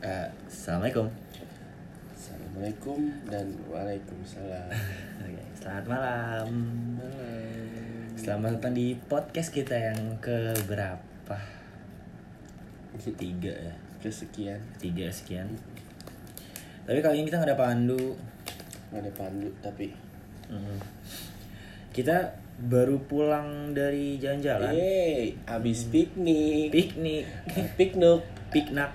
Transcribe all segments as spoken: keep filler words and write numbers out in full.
Uh, Assalamualaikum. Assalamualaikum dan waalaikumsalam. Oke, selamat malam. Malam. Selamat datang di podcast kita yang ke berapa? Tiga ya. Kesekian. Tiga sekian. Tapi kali ini kita nggak ada pandu. Nggak ada pandu tapi. Hmm. Kita baru pulang dari jalan-jalan. Yeay, abis piknik. Piknik. Piknik. Piknak.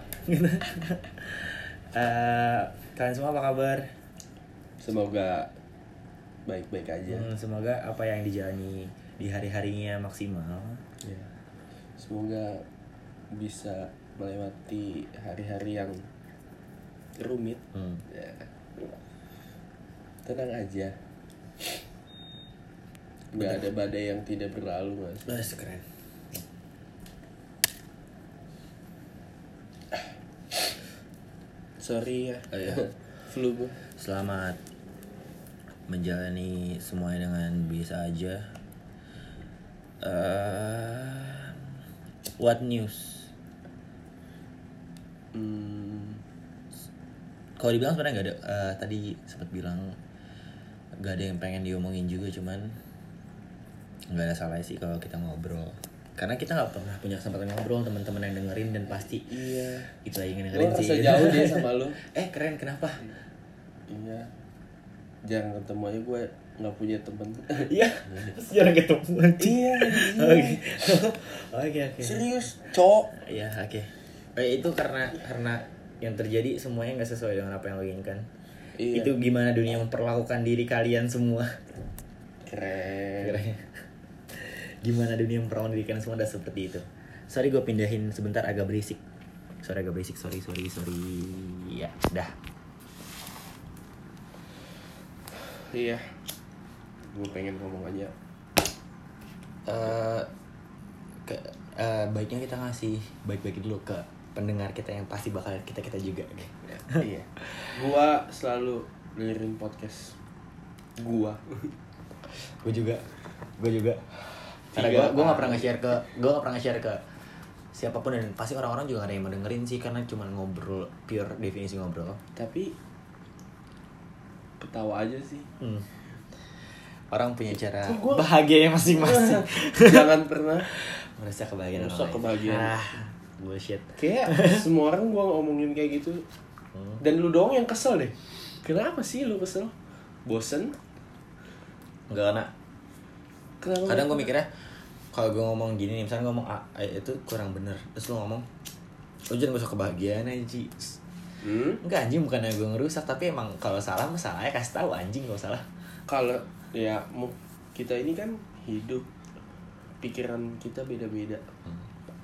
uh, kalian semua apa kabar? Semoga baik-baik aja. Hmm, semoga apa yang dijalani di hari-harinya maksimal. Ya. Semoga bisa melewati hari-hari yang rumit. Hmm. Ya. Tenang aja. Nggak ada badai yang tidak berlalu, Mas. Mas keren. Sorry ya. Oh, iya. Flu gue. Selamat menjalani semuanya dengan biasa aja. Uh, what news? Hmm, Kalau dibilang sebenarnya nggak ada. Uh, tadi sempat bilang nggak ada yang pengen diomongin juga, cuman nggak ada salah sih kalau kita ngobrol. Karena kita nggak pernah punya kesempatan ngobrol, teman-teman yang dengerin dan pasti iya. itu lagi dengerin Gue sih. rasa jauh deh sama lu. Eh keren, kenapa? Iya. Jarang ketemu aja gue nggak punya temen. Iya. Jarang ketemu aja. Iya. Oke. Oke oke. Serius, cok. Iya oke. Eh, itu karena karena yang terjadi semuanya nggak sesuai dengan apa yang lo inginkan. Iya. Itu gimana dunia memperlakukan diri kalian semua. Keren. Kira-kira. Gimana dunia memperlakukan diri kalian semua udah seperti itu. Sorry gue pindahin sebentar, agak berisik. Sorry agak berisik, sorry sorry sorry. Ya, dah. Iya. Gue pengen ngomong aja. Uh, ke, uh, baiknya kita ngasih baik-baik dulu ke pendengar kita yang pasti bakal kita kita juga. Iya. Gua selalu dengerin podcast. Gua. Gue juga. Gue juga. Karena gue gue nggak pernah nge-share ke gue nggak pernah nge-share ke siapapun, dan pasti orang-orang juga gak ada yang mau dengerin sih, karena cuma ngobrol, pure definisi ngobrol. Tapi ketawa aja sih. Hmm. Orang punya cara Gua... bahagianya masing-masing. Jangan pernah merasa kebahagiaan rusak kebahagiaan. Ah, bullshit. Kayak semua orang gua ngomongin kayak gitu. Hmm. Dan lu doang yang kesel deh. Kenapa sih lu kesel? Bosen? Enggak, karena Kenapa? kadang gue mikirnya kalau gue ngomong gini nih, misalnya ngomong A, itu kurang bener, terus lu ngomong lu jangan rusak kebahagiaan aja. Hmm? Enggak anjing, bukannya gue ngerusak, tapi emang kalau salah masalahnya kasih tahu anjing, kalau salah. Kalau ya kita ini kan hidup, pikiran kita beda-beda. Hmm.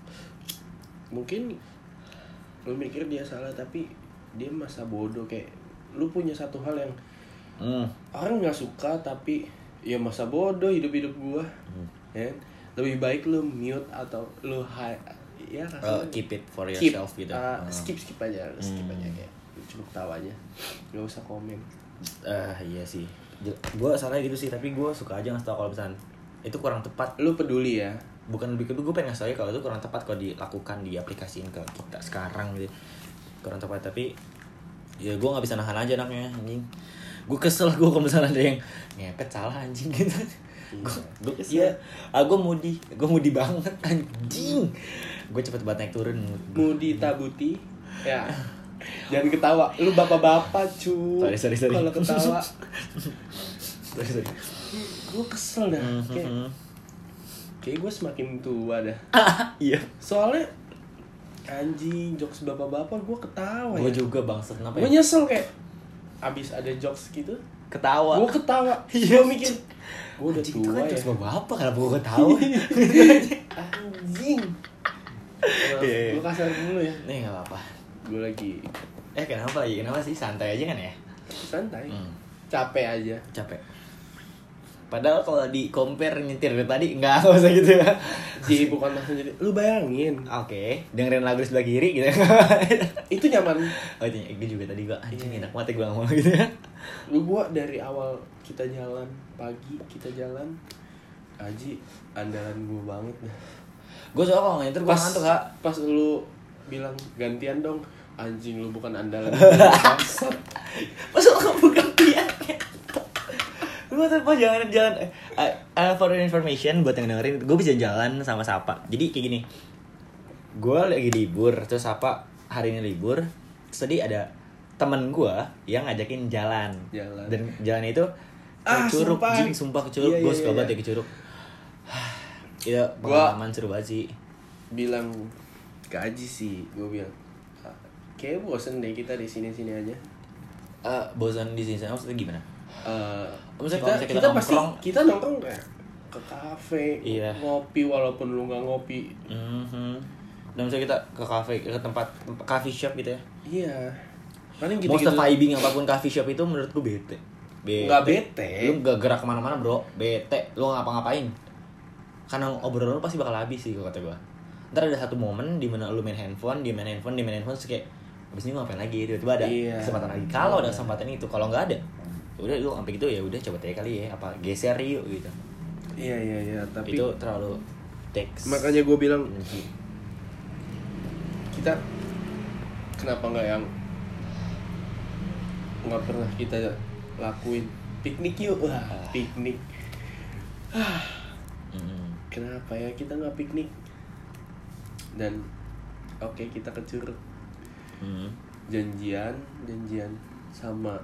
Mungkin lu mikir dia salah tapi dia masa bodoh, kayak lu punya satu hal yang hmm. orang nggak suka tapi ya masa bodoh hidup-hidup gua. Hmm. Ya. Lebih baik lu mute atau lu hide, ya uh, keep it for keep, yourself gitu. Uh, uh. skip skip aja, skip hmm. aja kayak cukup tahu aja. Enggak usah komen. Ah uh, iya sih. Gue salah gitu sih, tapi gue suka aja ngasih tau kalau misalnya itu kurang tepat. Lu peduli ya? Bukan lebih kedua, gue pengen ngasih tau kalau itu kurang tepat kalau dilakukan, diaplikasiin ke kita sekarang gitu. Kurang tepat, tapi ya gue nggak bisa nahan aja anaknya anjing. Gue kesel gue kalau misalnya ada yang ngepet salah anjing gitu. Gue kesel. Iya. Ah gue mudi, gue mudi banget anjing. Gue cepet banget naik turun. Mudi tabuti. Ya. Jangan ketawa. Lu bapak-bapak cu. Sorry sorry sorry. Kalau ketawa. sorry sorry. Gue kesel dah. Mm-hmm. Kayak, kayak gue semakin tua dah. Iya. Soalnya anjing jokes bapak-bapak gue ketawa. Gue ya. juga bangsat, kenapa Gue ya? nyesel kayak abis ada jokes gitu ketawa. Gue ketawa. Gue mikir gue udah anjing, tua kan ya. Jokes bapak kenapa gue ketawa? Anjing. Yeah. Gue kasar dulu ya. Nih nggak apa-apa. Gue lagi. Eh kenapa lagi? Kenapa sih? Santai aja kan ya? Santai. Hmm. Capek aja. Capek. Padahal kalau di compare nyetir dari tadi nggak usah gitu ya. Sih bukan maksudnya jadi. Lu bayangin. Oke, okay. Dengerin lagu di sebelah kiri gitu. Itu nyaman. Oh iya, gue juga tadi gue anjing enak banget ya gue ngomong gitu ya. Lu gua dari awal kita jalan pagi kita jalan, Aji andalan gua banget dah. Gue soalnya kalau nyetir gue ngantuk kak. Pas lu bilang gantian dong. Anjing lu bukan andalan. Masuk kamu bukan dia. Gue tuh pas jangan jalan. Uh, uh, for information buat yang dengerin, gue bisa jalan sama Sapa. Jadi kayak gini. Gue lagi libur, terus Sapa hari ini libur. Terus tadi ada temen gue yang ngajakin jalan. Jalan. Dan jalan itu Ah, ke Curug, sumpah. jing sumpah ke Curug. Iya, Gue iya, suka iya. banget ya ke Curug. Iya, Gua- pengalaman seru banget sih. Bilang ke Aji sih, gue bilang kayak bosen deh kita di sini-sini aja. Uh, bosan di sini maksudnya gimana? Uh, Maksudnya kita kalau misalnya kita, kita pasti nongkrong- kita nongkrong kayak ke kafe, Iya. ngopi walaupun lu nggak ngopi. Mhm. Dan misalnya kita ke kafe, ke tempat, tempat coffee shop gitu ya. Iya. Paling gitu Most gitu. of vibing apapun coffee shop itu menurut gue bete. Bete. Nggak bete. Lu gak gerak kemana-mana bro, bete. Lu gak ngapa-ngapain. Karena obrolan lu pasti bakal habis sih kalau kata gue. Ntar ada satu momen di mana lu main handphone, dia main handphone, dia main handphone, terus kayak abis ini ngapain lagi, tiba-tiba ada Iya. kesempatan lagi. Kalau ada kesempatan itu, kalau nggak ada, ya udah lu sampai gitu ya udah coba aja kali ya, apa geser yuk gitu. Iya iya iya. Tapi Itu terlalu teks. makanya gue bilang energi. kita kenapa nggak yang nggak pernah kita lakuin piknik yuk, wah piknik. Mm. Kenapa ya kita nggak piknik? Dan oke kita ke Curug, Mm. janjian janjian sama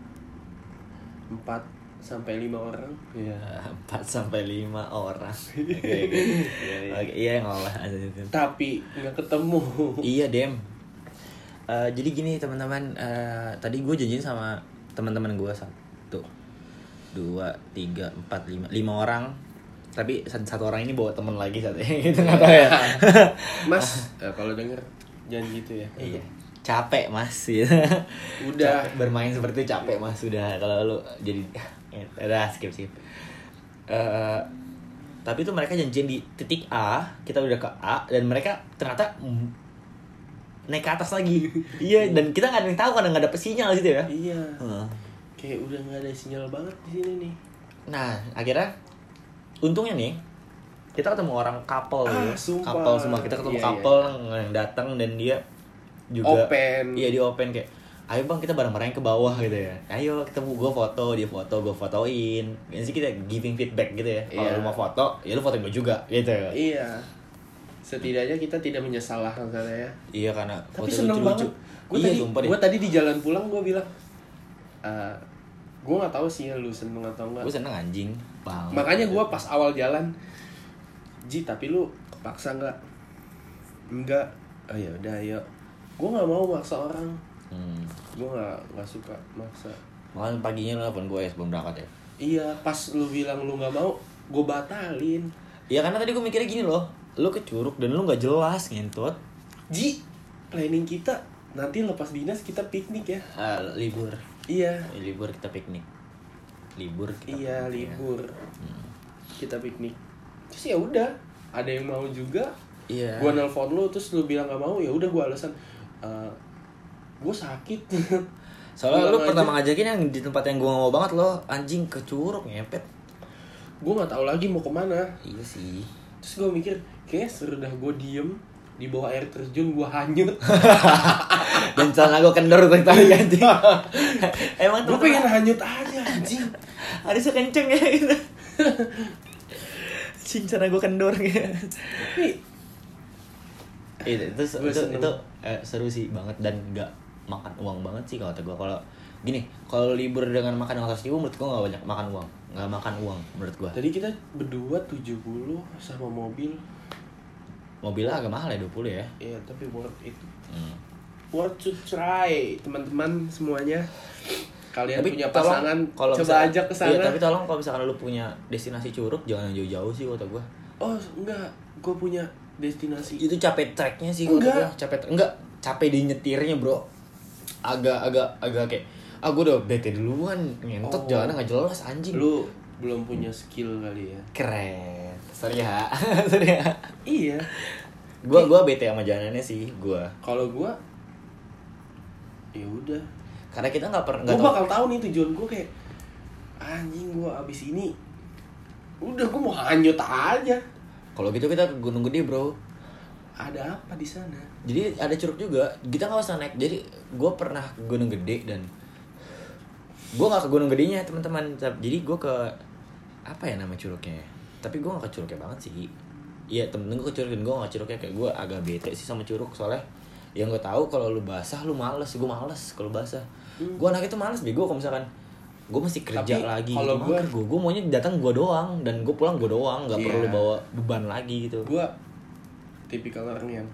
empat sampai lima orang. Iya. empat sampai lima orang. Oke. Oke, oke, iya ngolah aja itu. Tapi nggak ketemu. Iya, Dem. Eh, jadi gini teman-teman, eh, tadi gue janjian sama teman-teman gue satu, dua, tiga, empat, lima, lima orang. Tapi satu, satu orang ini bawa temen lagi satu, gitu nggak tahu ya. Mas, eh, kalau denger jangan gitu ya. Iya, capek mas. Gitu. Udah. Capek, bermain seperti itu capek mas sudah. Kalau lu jadi, udah skip skip. Eh, tapi itu mereka janjian di titik A, kita udah ke A dan mereka ternyata mm, naik ke atas lagi. Iya, dan kita nggak ada yang tahu karena nggak dapet sinyal gitu ya. Iya. Heeh. Kayak udah nggak ada sinyal banget di sini nih. Nah, akhirnya untungnya nih kita ketemu orang couple Ah, gitu. sumpah. Couple semua, kita ketemu Iya, couple yang datang dan dia juga Open. Iya, dia open kayak ayo bang kita bareng-bareng ke bawah gitu ya. Ayo kita gue foto, dia foto, gue fotoin. Jadi sih kita giving feedback gitu ya. Kalau Iya. lu mau foto, ya lu fotoin gue juga gitu. Iya. Setidaknya kita tidak menyesal lah kan ya. Iya karena Tapi foto seneng lucu-lucu. banget. Gue Iya, tadi, sumpah deh. gue tadi di jalan pulang gue bilang, uh, gue nggak tahu sih ya lu seneng atau enggak. Gue seneng anjing. Banget. Makanya gue pas awal jalan, Ji tapi lu kepaksa nggak? Enggak. Oh ya udah ayo. Gue nggak mau maksa orang. Hmm. Gue nggak nggak suka maksa. Makanya paginya lu telepon gue ya sebelum berangkat ya. Iya, pas lu bilang lu nggak mau, gue batalin. Iya karena tadi gue mikirnya gini loh, lu ke Curug dan lu nggak jelas ngentut. Ji, planning kita nanti lepas dinas kita piknik ya. Ah, libur. Iya. Eh, libur kita piknik. Libur kita Iya piknik, libur. ya. Hmm. Kita piknik. Terus ya udah, ada yang mau juga. Iya. Gua nelpon lu terus lu bilang gak mau, ya udah gua alasan uh, gua sakit. Soalnya lu Pulang pertama aja. ngajakin yang di tempat yang gua gak mau banget loh, anjing ke Curug ngepet. Gua nggak tahu lagi mau kemana. Iya sih. Terus gua mikir, kayak seru dah gua diem di bawah air terjun gua hanyut. Dan celana gua kendor tadi anjing. Emang Gua pengen hanyut aja anjing. harusnya kenceng ya gitu. Anjing celana gua kendor gitu. Tapi Itu itu, Gua itu, seneng. itu eh, seru sih banget dan nggak makan uang banget sih kalau kata gue. Kalau gini, kalau libur dengan makan yang atas ribu menurut gue nggak banyak makan uang, nggak makan uang menurut gue. tadi kita berdua tujuh puluh sama mobil. Mobilnya agak mahal ya dua puluh ya. Iya, tapi worth it. Hmm. Worth to try, teman-teman semuanya. Kalian Tapi punya tolong, pasangan, kalau coba misalkan- ajak ke sana. Iya, tapi tolong kalau misalkan lu punya destinasi Curug jangan yang jauh-jauh sih kata gue. Oh, enggak. Gue punya destinasi. Itu capek tracknya sih kata Enggak. gue. Capek enggak, capek di nyetirnya, Bro. Agak agak agak kayak ah gue udah bete duluan, ngentot Oh. jalannya nggak jelas anjing. Lu belum punya skill kali ya. Keren. Sorry ya. Sorry ya. Iya. Gua gua bete sama jalanannya sih, gua. Kalau gua ya udah. Karena kita nggak pernah Gua nggak tahu. bakal tahu nih tujuan gua kayak anjing gua abis ini udah gua mau hanyut aja. Kalau gitu kita ke Gunung Gede, Bro. ada apa di sana? Jadi ada curug juga. Kita nggak usah naik. Jadi gue pernah ke Gunung Gede dan gue nggak ke Gunung Gedenya teman-teman. Jadi gue ke apa ya nama curugnya? Tapi gue nggak ke curugnya banget sih. Iya temen-temen gue ke curug dan gue nggak curugnya, kayak gue agak bete sih sama curug soalnya yang gue tahu kalau lu basah lu males, gue males kalau basah. Hmm. Gue anak itu males bego kalau misalkan gue masih kerja tapi lagi. Kalau gue gue gue maunya datang gue doang dan gue pulang gue doang, nggak yeah. perlu bawa beban lagi gitu. Gue tipikal orang yang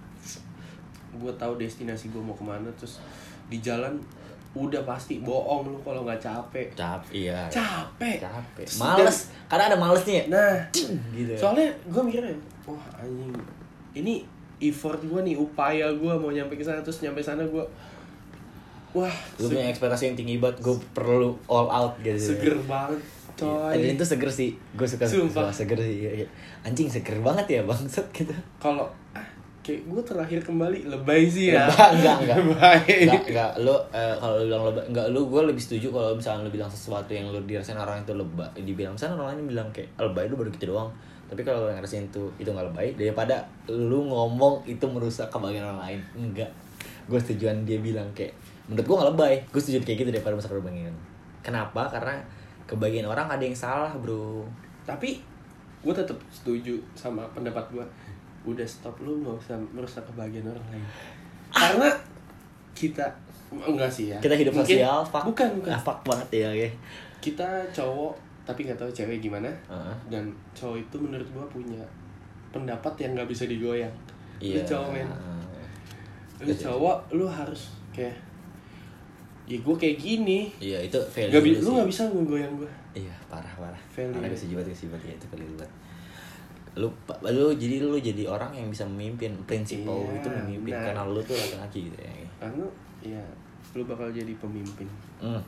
gue tahu destinasi gue mau kemana, terus di jalan udah pasti bohong lu kalau nggak capek. Capek iya. Capek. Capek. Males. Dan, karena ada malesnya. Nah, gitu. Soalnya gue mikirnya, wah anjing, ini effort gue nih, upaya gue mau nyampe ke sana, terus nyampe sana gue, wah. Lu punya ekspektasi yang tinggi banget, gue perlu all out gitu. Seger banget. Coy. Adrian tuh seger sih, gue suka sumpah seger sih. Ya, ya. Anjing seger banget ya bangsat gitu. Kalau ah, kayak gue terakhir kembali lebay sih ya. Lebay, enggak enggak. Lebay. Enggak enggak. Lu eh, kalau lu bilang lebay, enggak, lu gue lebih setuju kalau misalnya lu bilang sesuatu yang lu dirasain orang itu lebay. Dibilang misalnya orang lain bilang kayak lebay lu baru gitu doang. Tapi kalau yang ngerasain itu itu enggak lebay daripada lu ngomong itu merusak kebahagiaan orang lain. Enggak. Gue setujuan dia bilang kayak menurut gue enggak lebay. Gue setuju kayak gitu daripada merusak kebahagiaan. Kenapa? Karena kebagian orang ada yang salah bro. Tapi gue tetap setuju sama pendapat gue. Udah stop, lu nggak usah merusak kebahagiaan orang lain. Karena kita enggak sih ya. Kita hidup mungkin, sosial. Fuck. Bukan bukan. Ah, fuck banget ya. Okay. Kita cowok tapi nggak tahu cewek gimana. Uh-huh. Dan cowok itu menurut gue punya pendapat yang nggak bisa digoyang. Iya. Lu cowok men. Lu cowok lu harus kayak ya gue kayak gini. Iya itu value gak bi- lu gak bisa ngegoyang gue. Iya parah parah. Value. Parah kesibuat kesibuat ya itu value banget. Lu lu jadi lu jadi orang yang bisa memimpin. Prinsip lu iya, itu memimpin nah, karena lu tuh laki-laki gitu ya. Karena ya lu bakal jadi pemimpin. Hmm.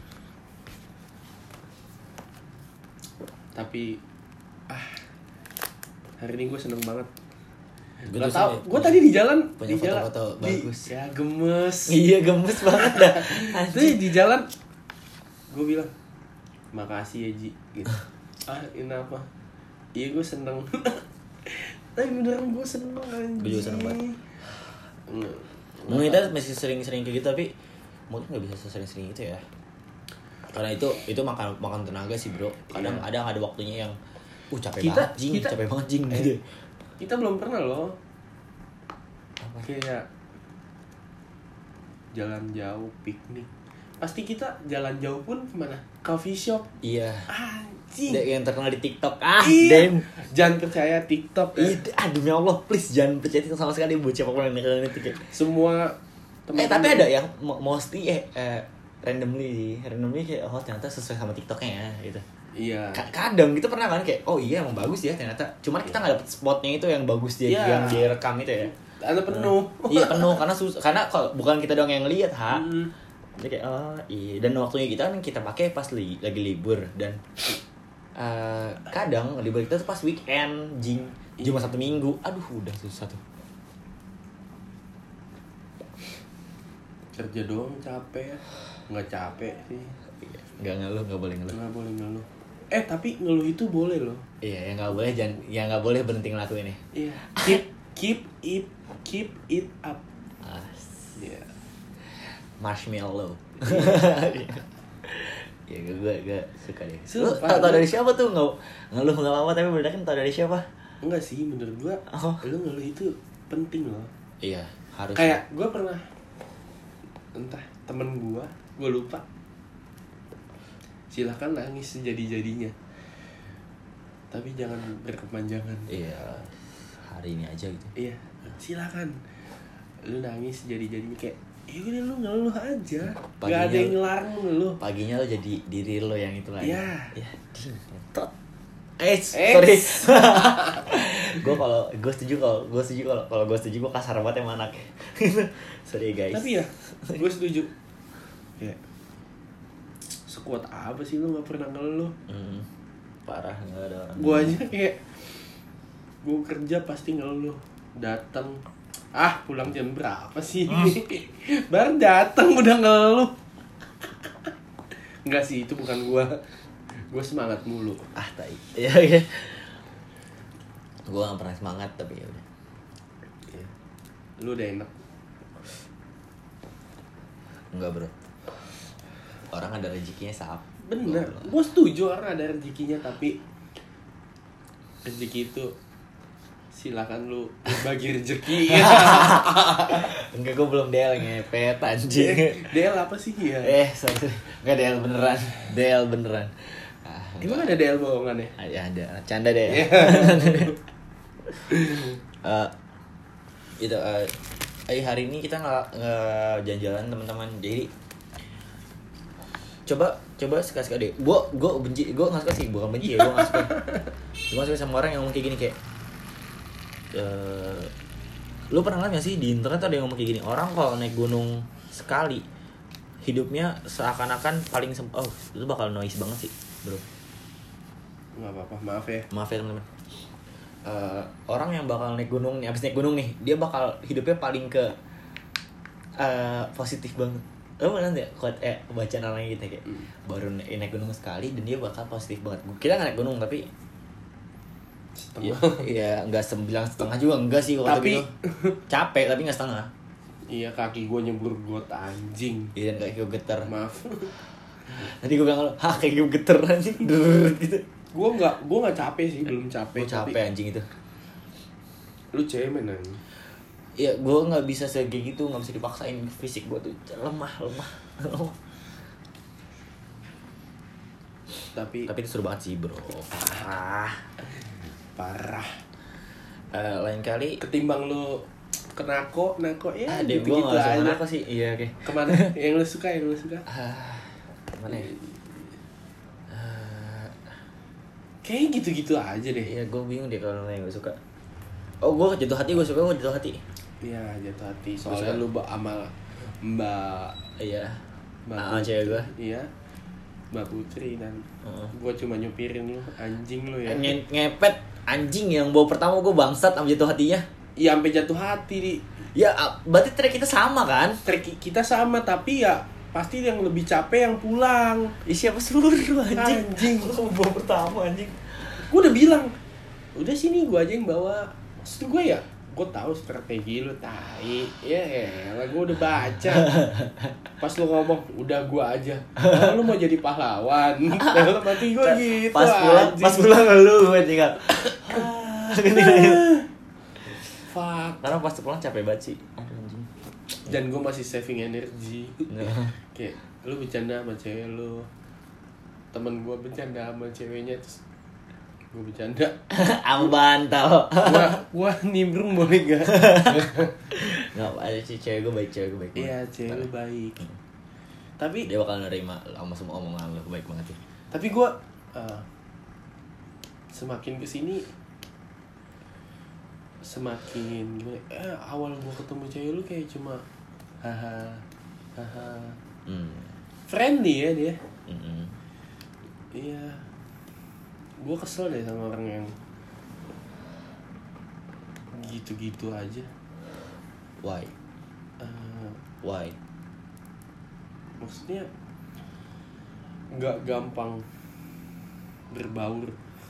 Tapi ah hari ini gue seneng banget. Gue tau, gue tadi di jalan punya di foto-foto jalan, bagus. Di, ya gemes. Iya gemes banget dah. Terus di jalan gue bilang makasih ya Ji gitu. Ah ini apa? Iya gue seneng. Tapi beneran gue seneng anjing. Gue juga seneng banget. Mungkin kita masih sering-sering kayak gitu tapi mungkin nggak bisa sering-sering itu ya. Karena itu itu makan makan tenaga sih bro. Kadang yeah. ada ada waktunya yang uh capek kita, banget jing, kita, capek banget jing eh, gitu. Kita belum pernah loh apa? Kayak jalan jauh piknik. Pasti kita jalan jauh pun kemana? Coffee shop. Iya. Anjing. Yang terkenal di TikTok. Ah, iya. Damn. Jangan percaya TikTok. Ya. Iya, ah, demi Allah, please jangan percaya TikTok sama sekali buat siapapun yang nonton itu. Semua teman. Eh tapi ada yang mostly eh, eh randomly, randomly kayak oh ternyata sesuai sama TikToknya ya gitu. Iya. Kadang gitu pernah kan kayak oh iya emang bagus ya ternyata. Cuman kita nggak dapet spotnya itu yang bagus dia yeah. yang dia rekam itu ya. Ada penuh. Nah, iya penuh karena sus karena kalau bukan kita doang yang lihat ha. Mm. Jadi kayak oh iya dan waktunya kita kan kita pakai pas li, lagi libur dan uh, kadang libur kita tuh pas weekend jing cuma satu minggu. Aduh udah susah tuh. Kerja doang capek ya. Nggak capek sih. Nggak ngeluh, nggak boleh ngeluh. Nggak boleh ngeluh. Eh tapi ngeluh itu boleh loh. Iya, yang nggak boleh jangan, yang nggak boleh berhenti ngelakuin ini. Iya. Keep keep it keep it up. Ah, iya. Yeah. Marshmallow. Ya gue gue gue suka deh. Lu tau, tau dari siapa tuh nggak ngeluh nggak apa-apa tapi bener kan tau dari siapa? Enggak sih menurut gue. Oh. Lu ngeluh itu penting loh. Iya harus. Kayak gue pernah entah temen gue gue lupa. Silahkan nangis sejadi-jadinya. Tapi jangan berkepanjangan. Iya. Hari ini aja gitu. Iya. Silakan. Lu nangis sejadi-jadinya kayak ya udah lu ngeluh aja. Paginya, gak ada yang ngelarang lu. Paginya lu jadi diri lu yang itu lagi. Iya. Ya. Tot. Eh, sorry. Gue kalau gue setuju kalau gue setuju kalau kalau gue setuju gue kasar banget sama anak. Sorry guys. Tapi ya, gue setuju. Ya. Sekuat apa sih lu nggak pernah ngeluh? Hmm, parah nggak ada orang. Gue aja kayak gue kerja pasti ngeluh. Datang, ah pulang jam berapa sih? Hmm. Baru datang udah ngeluh. Enggak sih itu bukan gue. Gue semangat mulu. Ah tai. Iya iya. Gue gak pernah semangat tapi ya udah. lu udah enak. Enggak bro, orang ada rezekinya sap. Bener, gue setuju orang ada rezekinya, tapi rezeki itu silakan lu bagi rezeki. Enggak, gue belum D L ngepet anjing. D L apa sih ya? Eh, sorry. Enggak D L beneran. D L beneran. Ah, emang ada D L bohongan ya? Ah, ya ada, canda deh. uh, itu uh, eh hari ini kita nggak nggak jalan-jalan teman-teman. Jadi coba coba sekali-sekali deh. Gua gua benci, gua nggak suka sih, bukan benci ya, gua nggak suka. Gua nggak suka sama orang yang ngomong kayak gini kayak uh, lu pernah lihat nggak sih di internet ada yang ngomong kayak gini, orang kalau naik gunung sekali hidupnya seakan-akan paling sem- oh itu bakal noise banget sih bro. Nggak apa-apa, maaf ya. Maaf ya teman-teman. Uh, orang yang bakal naik gunung nih, abis naik gunung nih, dia bakal hidupnya paling ke uh, positif banget. Lo pernah nggak kuat eh bacaan orang gitu kayak hmm. baru naik, naik gunung sekali dan dia bakal positif banget. Kita nggak naik gunung tapi setengah. Iya, nggak sembilan setengah juga enggak sih waktu tapi itu. Capek tapi nggak setengah. Iya, kaki gue nyebur got anjing. Iya, dan kaki gue getar. Maaf. Nanti gue bilang, "Hah, kaki gue getar anjing." gitu. Gue nggak, gue nggak capek sih, belum capek. Gue capek tapi... anjing itu. Lu cemen anjing. Iya, gue nggak bisa kayak gitu, nggak bisa dipaksain, fisik gue tuh lemah, lemah. tapi tapi itu seru banget sih bro, parah, parah. Uh, lain kali ketimbang lu ke nako, nako ya ah, gitu, gue gitu nggak suka aja. nako sih, iya oke. Okay. Kemana? yang lu suka, yang lu suka? Ah, mana ya? Uh, Kayak gitu-gitu aja deh. Iya, gue bingung deh kalau yang gue suka. Oh, gue jatuh hati, gue suka gue jatuh hati. Iya, jatuh hati. Soalnya lu ba- sama Mbak, iya, Mbak ah, cewek gue. Iya, Mbak Putri dan uh. gue cuma nyupirin lu, anjing lu ya. Nge- ngepet anjing yang bawa pertama gue bangsat sama jatuh hatinya. Iya, sampai jatuh hati di. Ya, berarti track kita sama kan? Track kita sama, tapi ya pasti yang lebih capek yang pulang. Ih, siapa suruh anjing? Anjing. Lu bawa pertama anjing. Gue udah bilang, udah sini gue aja yang bawa. Maksud gue ya, gue tahu strategi lu, tai. Ya elah, gue udah baca. Pas lu ngomong, udah gue aja. Oh, lu mau jadi pahlawan. Dalam hati gue gitu. Pas pulang, anjing. pas pulang lu gue tinggal. Fuck. Karena pas pulang capek banget sih. Anjing. Dan gue masih saving energy. Nah. Kayak lu bercanda sama cewek lu, temen gue bercanda sama ceweknya, terus gue bercanda Ambantau. gua gua nimbrung boleh gak? Nggak ada sih, cewek gue baik, cewek gue baik. Iya, cewek lu baik. Hmm. Tapi dia bakal nerima sama semua omongan lu, baik banget sih. Tapi gue uh, semakin kesini semakin gimana? Eh, awal gue ketemu cewek lu kayak cuma haha haha. Hmm. Friendly ya dia. Mm-mm. Iya. Gue kesel deh sama orang yang gitu-gitu aja. Why? Uh, Why? Maksudnya nggak gampang berbaur.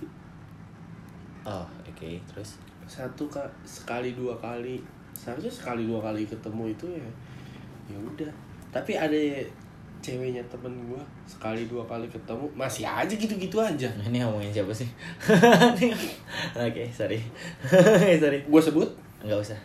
Oh, oke, okay. Terus? Satu kak sekali dua kali, seharusnya sekali dua kali ketemu itu ya, ya udah. Tapi ada ceweknya temen gue sekali dua kali ketemu masih aja gitu-gitu aja. Ini ngomongin siapa sih? Oke, okay, sorry. sorry. Gue sebut? Nggak usah.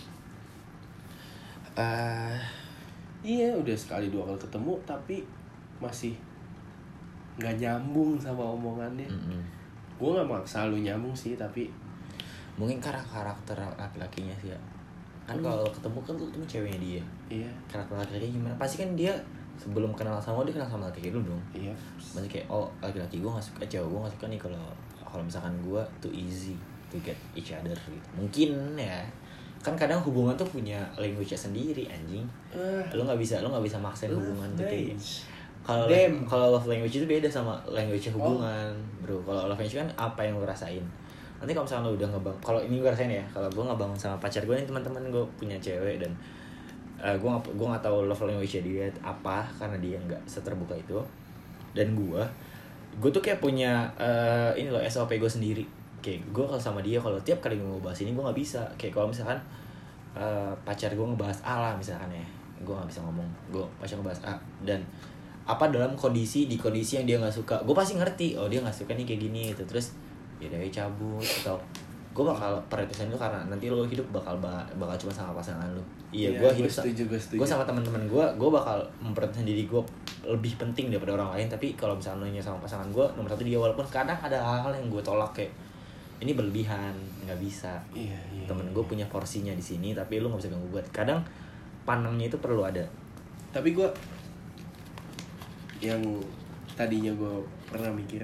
Uh, iya, udah sekali dua kali ketemu tapi masih nggak nyambung sama omongannya. mm-mm. Gue nggak maksa lu nyambung sih, tapi mungkin karakter laki-lakinya sih ya. Kan hmm. kalau ketemu kan tuh ketemu ceweknya dia. Iya. Karakter laki-lakinya gimana? Pasti kan dia sebelum kenal sama dia kenal sama laki-laki dulu dong. Iya. Masih kayak oh laki-laki gue nggak suka, cewek gue nggak suka nih kalau kalau misalkan gue too easy to get each other gitu. Mungkin ya. Kan kadang hubungan tuh punya language-nya sendiri anjing. Uh, lo nggak bisa lo nggak bisa maksain hubungan tuh kayak kalau kalau love language itu beda sama language hubungan, oh. Bro. Kalau love language kan apa yang lo rasain. Nanti kalau misalnya lo udah ngebang, kalau ini gue rasain ya, kalau gue ngebangun sama pacar gue nih, teman-teman gue punya cewek dan uh, gue nggak gue nggak tahu love language dia apa karena dia nggak seterbuka itu. Dan gue gue tuh kayak punya uh, ini loh S O P gue sendiri. Kayak gue kalau sama dia, kalau tiap kali gue mau bahas ini gue nggak bisa. Kayak kalau misalkan uh, pacar gue ngebahas A lah misalkan ya, gue nggak bisa ngomong, gue pacar ngebahas A dan apa dalam kondisi di kondisi yang dia nggak suka, gue pasti ngerti oh dia nggak suka nih kayak gini gitu, terus ya dia cabut atau gue bakal perhatian itu karena nanti lo hidup bakal bakal cuma sama pasangan lo. Iya, ya, gue hidup gue sama teman-teman gue, gue bakal memperhatikan diri gue lebih penting daripada orang lain. Tapi kalau misalnya lo sama pasangan gue nomor satu dia, walaupun kadang ada hal-hal yang gue tolak kayak ini berlebihan, nggak bisa. Iya, iya, temen iya. gue punya porsinya di sini, tapi lo nggak bisa ganggu gue. Kadang pandangnya itu perlu ada. Tapi gue yang tadinya gue pernah mikir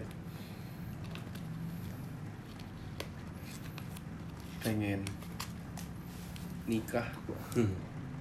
pengen nikah, hmm.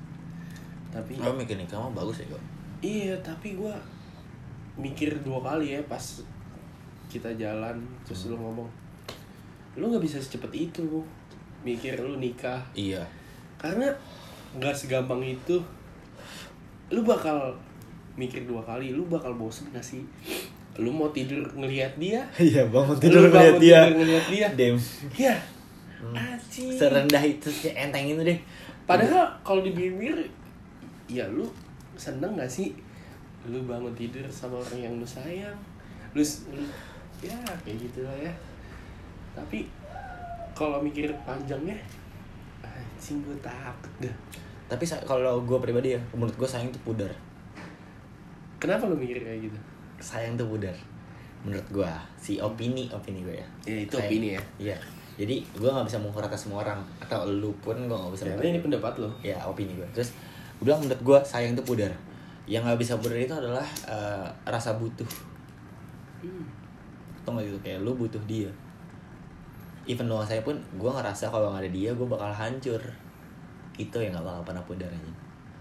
tapi lo mikir nikah mah bagus ya kok. Iya, tapi gue mikir dua kali ya pas kita jalan terus hmm. lu ngomong lu nggak bisa secepat itu mikir lu nikah. Iya, karena nggak segampang itu. Lu bakal mikir dua kali, lu bakal bosen gak sih? Lu mau tidur ngelihat dia? Iya, bangun tidur ngelihat dia. ngelihat dia. Dem. Iya. Hmm. Anjing. Serendah itu sih, enteng itu deh. Padahal kalau dipikir ya lu seneng gak sih lu bangun tidur sama orang yang lu sayang, lu, lu ya kayak gitu lah ya. Tapi kalau mikir panjangnya anjing gue takut dah. Tapi kalau gue pribadi ya, menurut gue sayang itu pudar. Kenapa lu mikir kayak gitu? Sayang itu pudar menurut gue, si opini opini gue ya. Ya itu sayang, opini ya. Iya. Jadi gue nggak bisa mengukur atas semua orang, atau lu pun gue nggak bisa. Ya, ini pendapat lo. Ya opini gue. Terus gue bilang menurut gue sayang itu pudar. Yang nggak bisa pudar itu adalah uh, rasa butuh. Hmm. Tau nggak gitu, kayak lu butuh dia. Even lo saya pun gue ngerasa kalau nggak ada dia gue bakal hancur. Itu yang nggak bakal pernah pudar aja.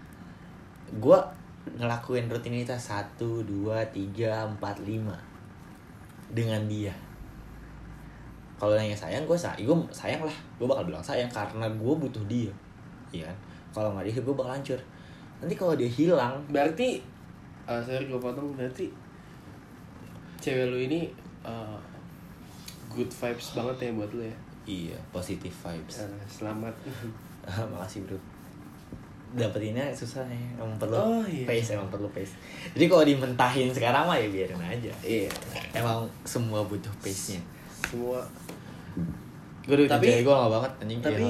Gue ngelakuin rutinitas satu, dua, tiga, empat, lima dengan dia. Kalau nanya sayang, gue sayang, gue sayang lah, gue bakal bilang sayang karena gue butuh dia, iya kan? Kalau nggak dia, gue bakal hancur. Nanti kalau dia hilang, berarti, uh, sorry gue potong, berarti cewek lu ini uh, good vibes banget ya buat lu ya? Iya, positive vibes. Uh, selamat. Makasih bro. Dapetinnya susah ya, emang perlu oh, iya. pace, emang perlu pace. Jadi kalau dimentahin sekarang mah ya biarin aja. Iya. Emang semua butuh pace-nya. Semua. Gue udah cewek gue lama banget anjing. Tapi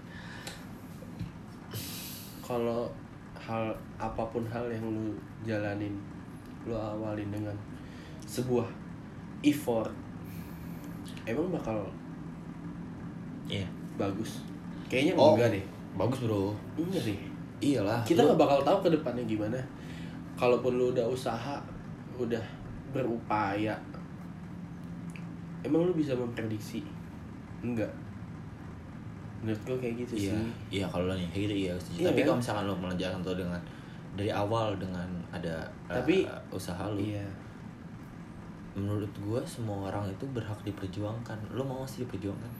kalau hal apapun hal yang lu jalanin, lu awalin dengan sebuah effort, emang bakal iya bagus? Kayaknya oh, enggak deh. Bagus bro. Enggak deh. Iyalah. Kita nggak bakal tahu ke depannya gimana. Kalaupun lu udah usaha, udah berupaya, emang lu bisa memprediksi? Enggak. Menurut gue kayak gitu iya, sih. Iya, kalau lo nih kayak gitu iya setuju. Iya, tapi kan? kalau misalkan lo mengerjakan tuh dengan dari awal dengan ada tapi uh, usaha lo. Iya. Menurut gue semua orang itu berhak diperjuangkan. Lo mau sih diperjuangkan?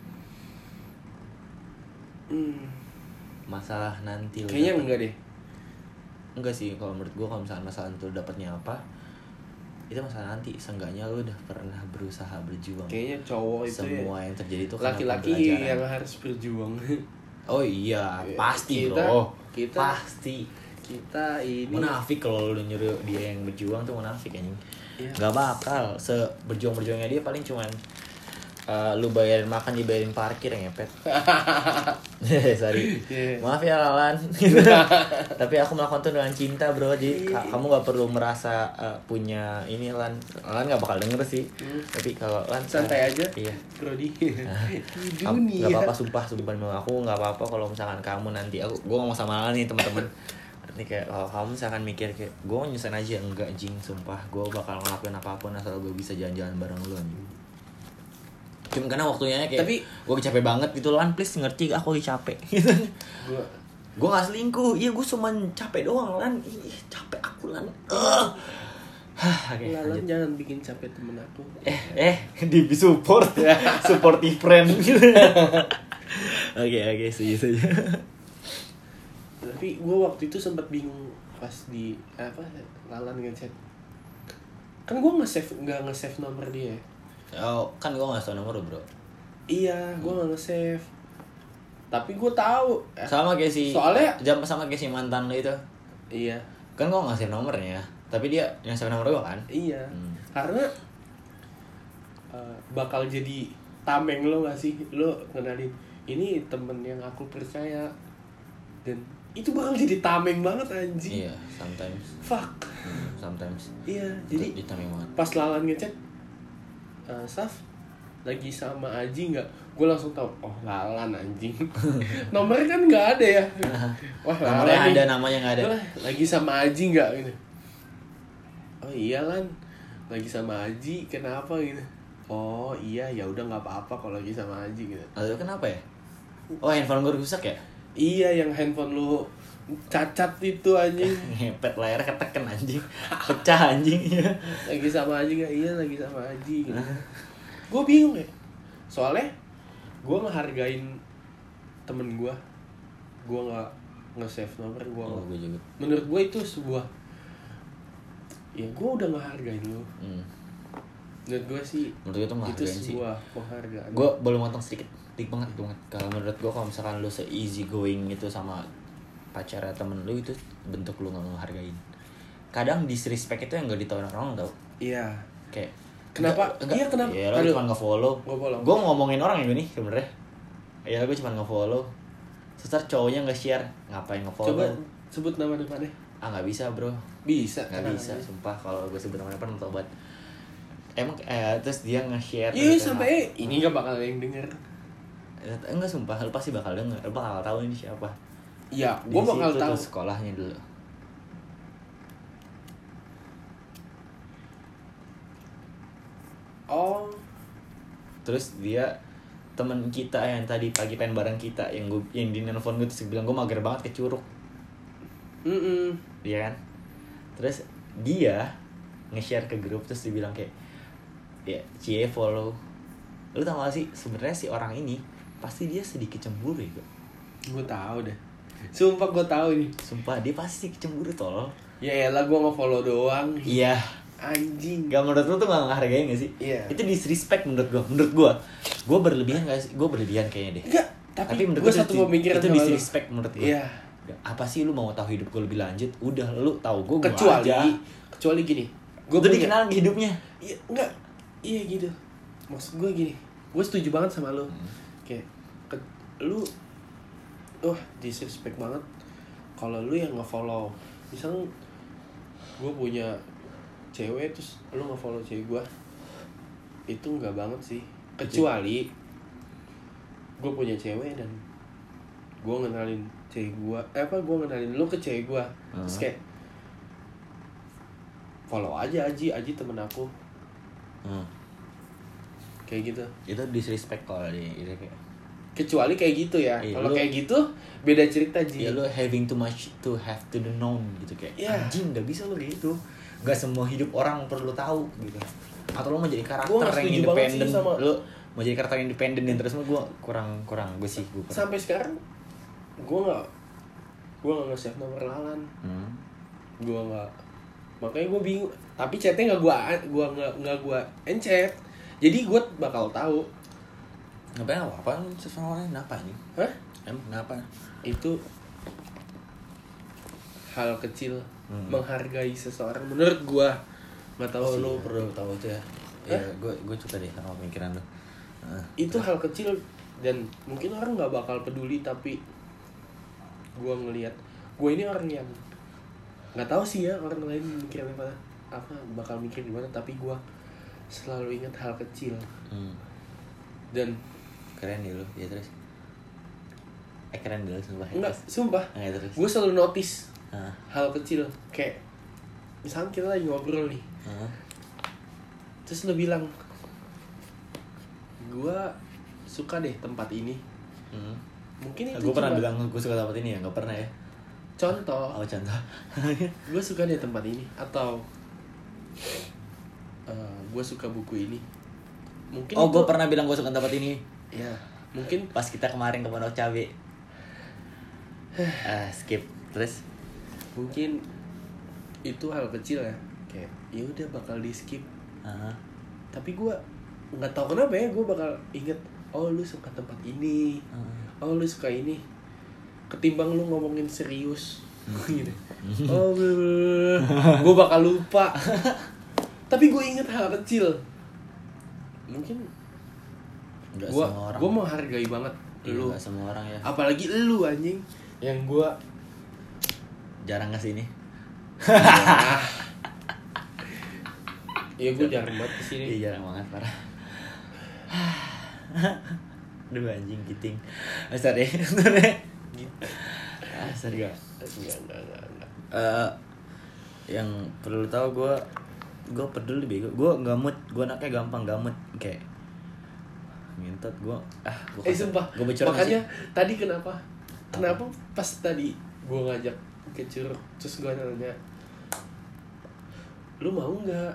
Hmm. Masalah nanti lo kayaknya dapet. Enggak deh. Enggak sih, kalau menurut gue kalau misalkan masalah itu dapatnya apa, itu masalah nanti. Seenggaknya lo udah pernah berusaha berjuang. Kayaknya cowok itu semua ya, yang terjadi itu laki-laki yang harus berjuang. Oh iya, pasti kita, bro. Kita pasti. Kita ini munafik kalau lu nyuruh dia yang berjuang tuh munafik anjing. Iya. Gak bakal. Seberjuang-berjuangnya dia paling cuman uh, lu bayarin makan, dibayarin parkir yang ngepet. Sorry. Yeah. Maaf ya Lalan. Tapi aku melakukan itu dengan cinta bro. Jadi ka- kamu gak perlu merasa uh, punya ini Lan. Lan gak bakal denger sih. Hmm. Tapi kalau Lan santai uh, aja. Iya. Brody. Gak apa-apa sumpah, sumpah aku gak apa-apa kalau misalkan kamu nanti aku gue ngomong sama Lan nih teman-teman. Nanti kayak kalau kamu misalkan mikir kayak gue nyusahin aja, enggak jing, sumpah gue bakal ngelakuin apapun asal gue bisa jalan-jalan bareng lu anjing. Cuma karena waktunya kayak tapi gue capek banget gitu Lan, please ngerti aku lagi capek. Gue gue nggak selingkuh, iya gue cuma capek doang Lan, ih capek aku Lan. Uh. Okay, Lan jangan bikin capek temen aku. Eh eh di support ya, supportive friend. Oke oke setuju saja. Tapi gue waktu itu sempat bingung pas di apa Lalan ngechat. Kan gue nge-save nggak nge-save nomor dia. Oh kan gue nggak tahu nomor bro. Iya, gue nggak nge-save. Tapi gue tahu. Sama kayak si Soalnya jam sama kayak si mantan lo itu. Iya. Kan gue ngasih nomornya, tapi dia ngasih nomor gue kan. Iya. Hmm. Karena uh, bakal jadi tameng lo gak sih? Lo kenalin ini temen yang aku percaya, dan itu bakal jadi tameng banget anjing. Iya, sometimes. Fuck. Hmm, sometimes. Iya, jadi di tameng banget. Pas Lalan ngechat, uh, Saf lagi sama Aji nggak? Gue langsung tahu, oh Lalan anjing. Nomornya kan nggak ada ya. Wah, nomornya Lalan ada, nih. namanya nggak ada. Lagi sama Aji nggak gitu? Oh iya Lan, lagi sama Aji. Kenapa gitu? Oh iya, ya udah nggak apa-apa kalau lagi sama Aji gitu. Lalu kenapa ya? Oh, handphone gue rusak ya? Iya, yang handphone lu cacat itu anjing. Ngepet layarnya keteken anjing. Pecah anjing. Lagi sama Aji nggak? Iya, lagi sama Aji gitu. Gue bingung ya, soalnya gue ngehargain temen gue, gue nggak nge-save nomor gue. Oh, gue juga. Menurut gue itu sebuah, ya gue udah ngehargain lo. Hmm. Menurut gue sih menurut gue tuh itu sih sebuah penghargaan. Gue boleh motong sedikit, dik banget banget. Kalau menurut gue, kalau misalkan lu se easy going itu sama pacar temen lu, itu bentuk lu nggak ngehargain. Kadang disrespect itu yang nggak ditahu orang tau. Iya. Kayak kenapa? Enggak, iya kenapa? Ya lu cuma nge-follow. Gue ngomongin orang yang ini sebenarnya. Ya gue cuma nge-follow. Setelah cowoknya nge-share, ngapain nge-follow? Coba sebut nama depannya. Ah nggak bisa bro. Bisa. Nggak bisa, aja. Sumpah kalau gue sebut nama depan tobat. Emang eh, terus dia nge-share. Iya sampai ini nggak bakal ada yang denger. Enggak sumpah, lu pasti bakal denger. Lu bakal tahu ini siapa. Iya, gue bakal tahu sekolahnya dulu. Oh. Terus dia temen kita yang tadi pagi pengen bareng kita, yang gue yang di nelfon gue terus bilang gue mager banget ke Curug. Mm -mm. Dia kan. Terus dia nge-share ke grup, terus dia bilang kayak, ya cie follow. Lu tau gak sih sebenarnya si orang ini pasti dia sedikit cemburu ya. Gue tahu deh. Sumpah gue tahu nih. Sumpah dia pasti cemburu tol. Ya elah gue nge-follow doang. Iya. Anjing. Gak, menurut lu tuh gak ngehargain gak sih? Iya. Itu disrespect menurut gue. Menurut gue, gue berlebihan gak sih? Gue berlebihan kayaknya deh. Enggak. Tapi, tapi menurut gue satu pemikiran itu disrespect menurut gue. Iya. Apa sih lu mau tahu hidup gue lebih lanjut? Udah lu tahu gue. Kecuali, aja. kecuali gini. Gue tuh dikenal hidupnya. Iya, enggak. Iya gitu. Maksud gue gini. Gue setuju banget sama lu. Hmm. Kayak ke, lu, wah disrespect banget. Kalau lu yang nge-follow, misal gue punya cewek terus lu nge-follow cewek gue, itu enggak banget sih. Kecuali gue punya cewek dan gue ngenalin cewek gue, eh apa gue ngenalin lu ke cewek gue, uh-huh. Terus kayak follow aja Aji, Aji temen aku, hmm. Kayak gitu. Itu disrespect kalau di itu kayak. Kecuali kayak gitu ya. Iya, kalau kayak gitu beda cerita Ji. Ya lu having too much to have to the known gitu kayak. Yeah. Anjing nggak bisa lu gitu. Gak semua hidup orang perlu tahu gitu. Atau lu mau jadi karakter yang independen. Sama... Lu mau jadi karakter yang independen dan terus mah gue kurang kurang gue sih gue. Sampai sekarang gue nggak gue nggak nge-save nomor Lalan. Hmm. Gue nggak. Makanya gue bingung. Tapi chatnya nggak gue gue nggak nggak gue encet. Jadi gue bakal tahu. Ngapain apa? Apa seseorang kenapa ini? Hah? Emang kenapa? Itu hal kecil, hmm. menghargai seseorang menurut gue. Nggak tahu oh, lu perlu tahu itu ya. Hah? Ya, gue gue suka deh sama pemikiran lu. Nah, itu hal kecil dan mungkin orang nggak bakal peduli, tapi gue ngelihat gue ini orang yang nggak tahu sih ya orang lain mikir apa apa bakal mikir gimana, tapi gue selalu ingat hal kecil. Hmm. Dan keren ya lu, ya terus. Eh keren dulu sumpah. Enggak, sumpah. Nah, ya, terus. Gue selalu notice uh. hal kecil kayak misalnya kita lagi ngobrol nih. Uh. Terus lu bilang, gue suka deh tempat ini. Hmm. Mungkin itu. Gue pernah bilang gue suka tempat ini ya, nggak pernah ya. Contoh. Oh contoh. Gue suka deh tempat ini atau uh, gue suka buku ini. Mungkin oh, gue pernah bilang gue suka tempat ini. Ya, mungkin pas kita kemarin ke Pondok Cabe. ah, skip. Terus mungkin itu hal kecil ya. Kayak ya udah bakal di skip. Uh-huh. Tapi gue nggak tahu kenapa ya gue bakal inget. Oh lu suka tempat ini. Uh-huh. oh lu suka ini, ketimbang lu ngomongin serius gitu. Oh gue bakal lupa. Tapi gue inget hal kecil. Mungkin Nggak gue semua orang. gue menghargai banget Iya, lu, nggak semua orang ya. apalagi lu anjing yang gue Jarang kesini. Iya gue jarang banget kesini. Iya jarang banget parah. Aduh anjing giting. Ah, sorry. Ah, sorry. Enggak, enggak, enggak, enggak, enggak. Eh, yang perlu tahu gue gue peduli bego. Gue nggak mood. Gue anaknya gampang gamut kayak ngentot gue. Ah, gue Eh sumpah, gue bocorin makanya sih. tadi kenapa? Kenapa pas tadi gue ngajak ke Curug, terus gue nanya, lu mau nggak?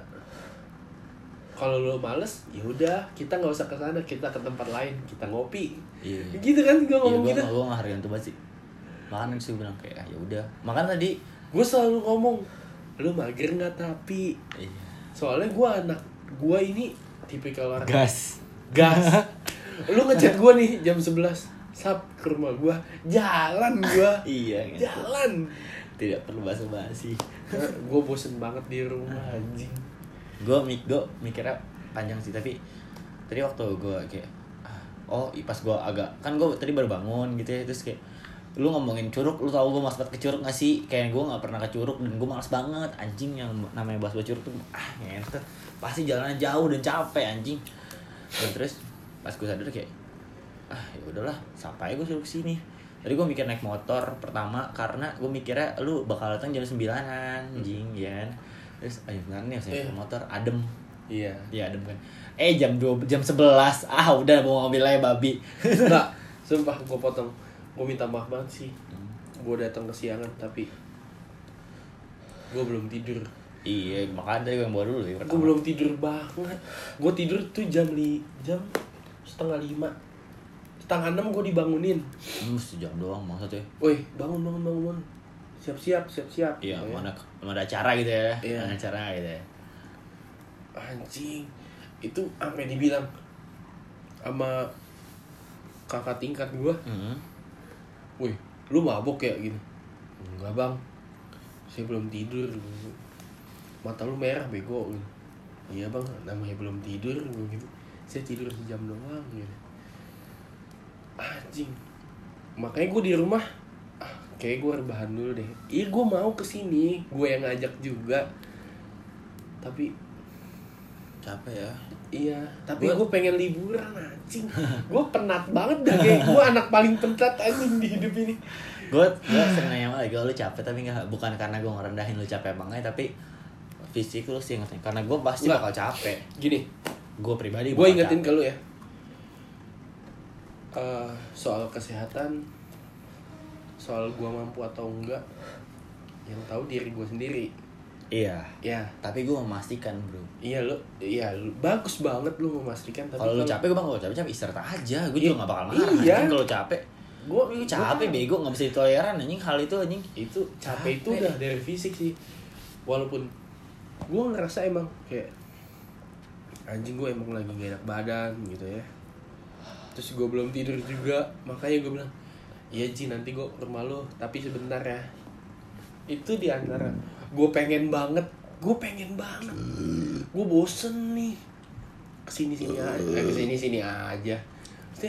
Kalau lu males, ya udah kita nggak usah ke sana, kita ke tempat lain, kita ngopi. Iya. Gitu kan gue ngomong Iya, gitu. gue nggak hargain tuh banget sih. Makanya sih gue bilang kayak ah, ya udah. Makanya tadi. Gue selalu ngomong, lu mager nggak tapi? Iya. Soalnya gue anak gue ini tipikal orang Gas. gas. Lu ngechat gue nih jam sebelas, Sap ke rumah gue, jalan gue. Iya. Gitu. Jalan. Tidak perlu basa-basi. Gue bosen banget di rumah anjing. Gue mik gue mikirnya panjang sih tapi tadi waktu gue kayak ah, oh pas gue agak kan gue tadi baru bangun gitu ya terus kayak lu ngomongin curug, lu tau gue mas banget ke curug gak sih? Kayak gue nggak pernah ke curug dan gue malas banget anjing yang namanya bahas curug tuh ah ngentot pasti jalannya jauh dan capek anjing. Dan terus pas gue sadar kayak ah ya udahlah sampai gue suruh kesini. Tadi gue mikir naik motor pertama karena gue mikirnya lu bakal datang jam sembilanan anjing ya kan. Terus ayo beneran nih saya Eh. motor adem. Iya. Iya adem kan. Eh jam dua jam sebelas ah udah mau ngambil aja babi. Enggak, sumpah gue potong. Gue minta maaf banget sih. Gue datang kesiangan tapi gue belum tidur. Iya makanya tadi gue yang bawa dulu ya Gue pertama. belum tidur banget. Gue tidur tuh jam li jam setengah lima, setengah enam gue dibangunin. Hmm, sejam doang maksudnya. Woi bangun bangun bangun bangun. Siap siap siap siap. Iya Oh, mana mana ada acara gitu ya. Iya. Mana acara gitu ya. Anjing, itu sampai dibilang sama kakak tingkat gue, Hmm. woi lu mabok ya gitu? Enggak bang, saya belum tidur. Mata lu merah bego. Iya bang, namanya belum tidur gitu. Saya tidur sejam doang gitu. Anjing, makanya gue di rumah ah, kayak gue rebahan dulu deh. Iya gue mau kesini, gue yang ngajak juga. Tapi Capek ya. iya, tapi Gua- gue pengen liburan anjing. Gue penat banget dah kayak gue anak paling penat anjing di hidup ini. Gue gue sering nanya sama lagi, lu capek tapi nggak bukan karena gue ngerendahin lu capek banget tapi fisik lu sih ingetin karena gue pasti Nggak. bakal capek. Gini, Gue pribadi gue bakal ingetin capek. ke lu ya. Eh, soal kesehatan, soal gue mampu atau enggak, yang tahu diri gue sendiri. Iya. Ya, Tapi gue memastikan bro. iya lu, iya lu, bagus banget lu memastikan. Tapi Kalau lu capek gue bang, kalau capek capek istirahat aja. Gue Iya, juga gak bakal marah. iya. Anjing kalau capek. gue Lu capek bego nggak bisa ditoleran anjing hal itu anjing. itu capek itu Capek. udah dari fisik sih. Walaupun gue ngerasa emang kayak anjing gue emang lagi gak enak badan gitu ya. Terus gue belum tidur juga, makanya gue bilang iya Ji nanti gue ke rumah lo tapi sebentar ya. Itu diantara gue pengen banget, gue pengen banget, gue bosen nih kesini sini aja, eh, kesini sini aja. Maksudnya,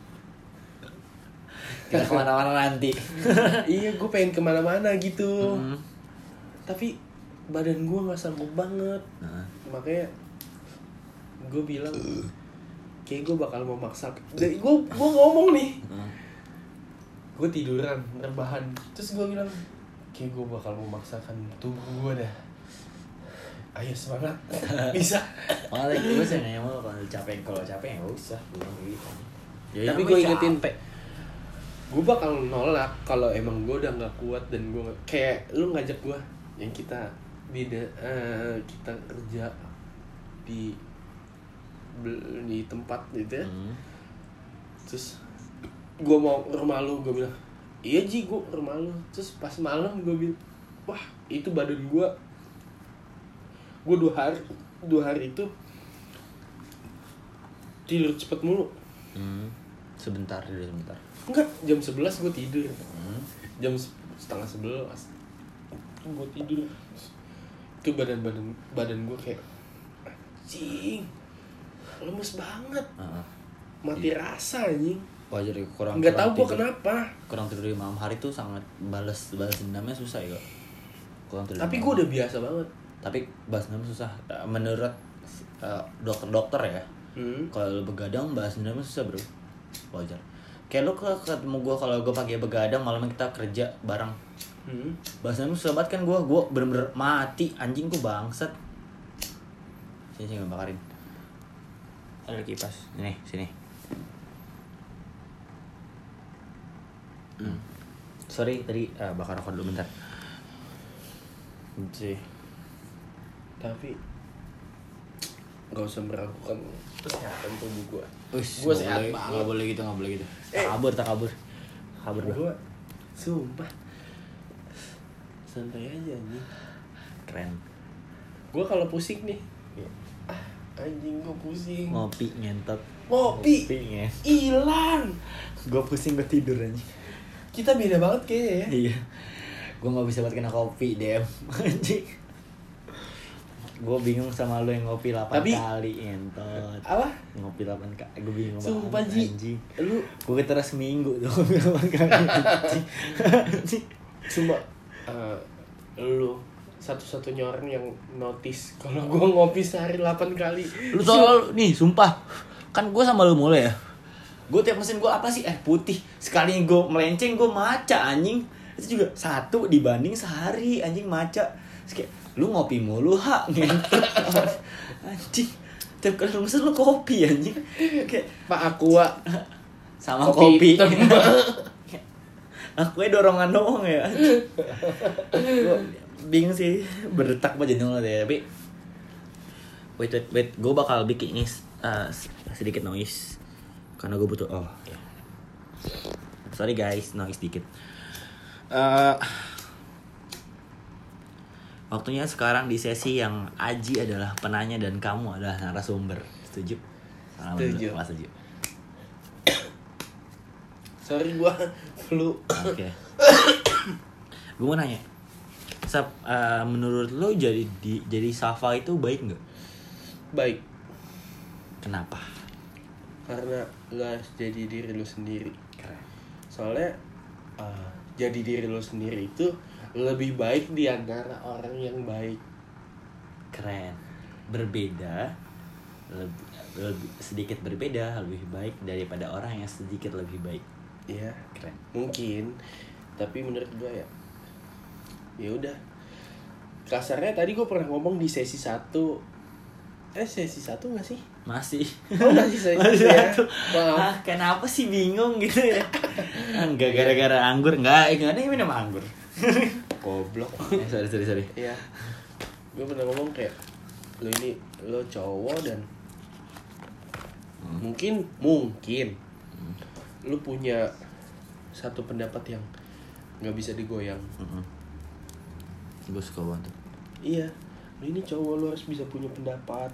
Kita kemana-mana nanti. iya gue pengen kemana-mana gitu. Hmm. Tapi badan gue nggak sanggup banget. Nah. Makanya gue bilang kayak gue bakal memaksa. Dari gue gue ngomong nih, Hmm. gue tiduran rebahan terus gue bilang kayak gue bakal memaksakan tubuh gue dah. Ayo semangat. Bisa. Makanya gue sih nanya mau kalau capek kalau capek ya nggak usah. Gue bilang gitu. Ya, Tapi namanya gue ingetin capek. gue bakal nolak kalau emang gue udah nggak kuat dan gue nggak- kayak lu ngajak gue yang kita di de- eh, kita kerja di bel- di tempat gitu ya. Hmm. Terus gue mau ke rumah lu, gue bilang iya Ji gue ke rumah lu. Terus pas malam gue bilang wah itu badan gue gue dua hari dua hari itu tidur cepet mulu. Hmm. Sebentar dulu sebentar. Enggak, jam sebelas gue tidur. Hmm. Jam setengah sebelas gue tidur. Itu badan-badan badan gue kayak anjing, lemes banget. Uh-huh. Mati Iya. rasa anjing. Wajar ya, kurang Nggak tahu kurang gue tidur. kenapa. Kurang tidur di malam hari tuh sangat balas balas dendamnya susah ya kok. Kurang tidur. Tapi di gue malam. udah biasa banget. Tapi balas dendam susah. Eh, Menurut eh, dokter-dokter ya, Hmm. kalau lu begadang balas dendamnya susah bro. Wajar. Kayak lu ke- ketemu gue kalau gue pagi begadang malam kita kerja bareng. Hmm. Balas dendam susah banget kan gue. Gue bener-bener mati anjing gue bangsat. Sini sini gue bakarin. Ada kipas. Nih sini. Hmm. Sorry tadi uh, bakar rokok dulu bentar. Sih. Tapi nggak usah meragukan kesehatan tubuh gue. Ush, Gue nggak sehat boleh, banget. nggak boleh gitu, nggak boleh gitu. Eh. Tak kabur, tak kabur, kabur dong. Gue sumpah santai aja anjing. Keren. Gue kalau pusing nih, ah anjing gue pusing. Ngopi ngentot. Ngopi ngentot. hilang. Gue pusing gue tidur anjing. Kita beda banget kayaknya ya. Iya. Gue nggak bisa buat kena kopi dem anjing. Gue bingung sama lu yang ngopi delapan Tapi- kali ngentot. Apa? Ngopi delapan kali. Gue bingung Sumpah, banget, Ji. anjing. Lu Gue terus seminggu tuh ngopi delapan kali. Anjing. Anjing. cuma eh, lu satu-satunya orang yang notice kalau gue ngopi sehari delapan kali. Lu tau nih sumpah. Kan gue sama lu mulai ya. Gue tiap mesin gue apa sih eh putih. Sekali gue melenceng gue maca anjing. Itu juga satu dibanding sehari anjing maca. Terus kayak lu ngopi mulu ha ngentot. Anjing. Tiap kali lu mesen lu kopi anjing. Kayak Pak Aqua sama kopi. hitam. Aku dorongan doang ya. Gue bingung sih berdetak aja jantung lo deh. Tapi wait wait wait gue bakal bikin ini uh, sedikit noise karena gue butuh oh ya. Sorry guys noise dikit. Uh, waktunya sekarang di sesi yang Aji adalah penanya dan kamu adalah narasumber. Setuju? Salaman Setuju. dulu, Mas Setuju. Sorry gue flu. Oke. Gue mau nanya. Sap, uh, menurut lo jadi di, jadi Safa itu baik nggak? Baik. Kenapa? Karena lu harus jadi diri lu sendiri. Keren. Soalnya uh, jadi diri lu sendiri itu lebih baik di antara orang yang baik. Keren. Berbeda, lebih, lebih sedikit berbeda lebih baik daripada orang yang sedikit lebih baik. Iya, Keren. mungkin. Tapi menurut gue ya, ya udah. Kasarnya tadi gue pernah ngomong di sesi satu. Eh sesi satu nggak sih? Masih. Oh masih sesi Masih ya. satu. Maaf. Ah, kenapa sih bingung gitu ya? Enggak gara-gara anggur, enggak, enggak ada yang minum anggur. Goblok. Eh, sorry sorry sorry. Iya. Gue pernah ngomong kayak lo ini lo cowok dan Hmm. mungkin mungkin Hmm. lu punya satu pendapat yang nggak bisa digoyang. Mm-mm. Gue suka banget. Iya, lu ini cowok lu harus bisa punya pendapat.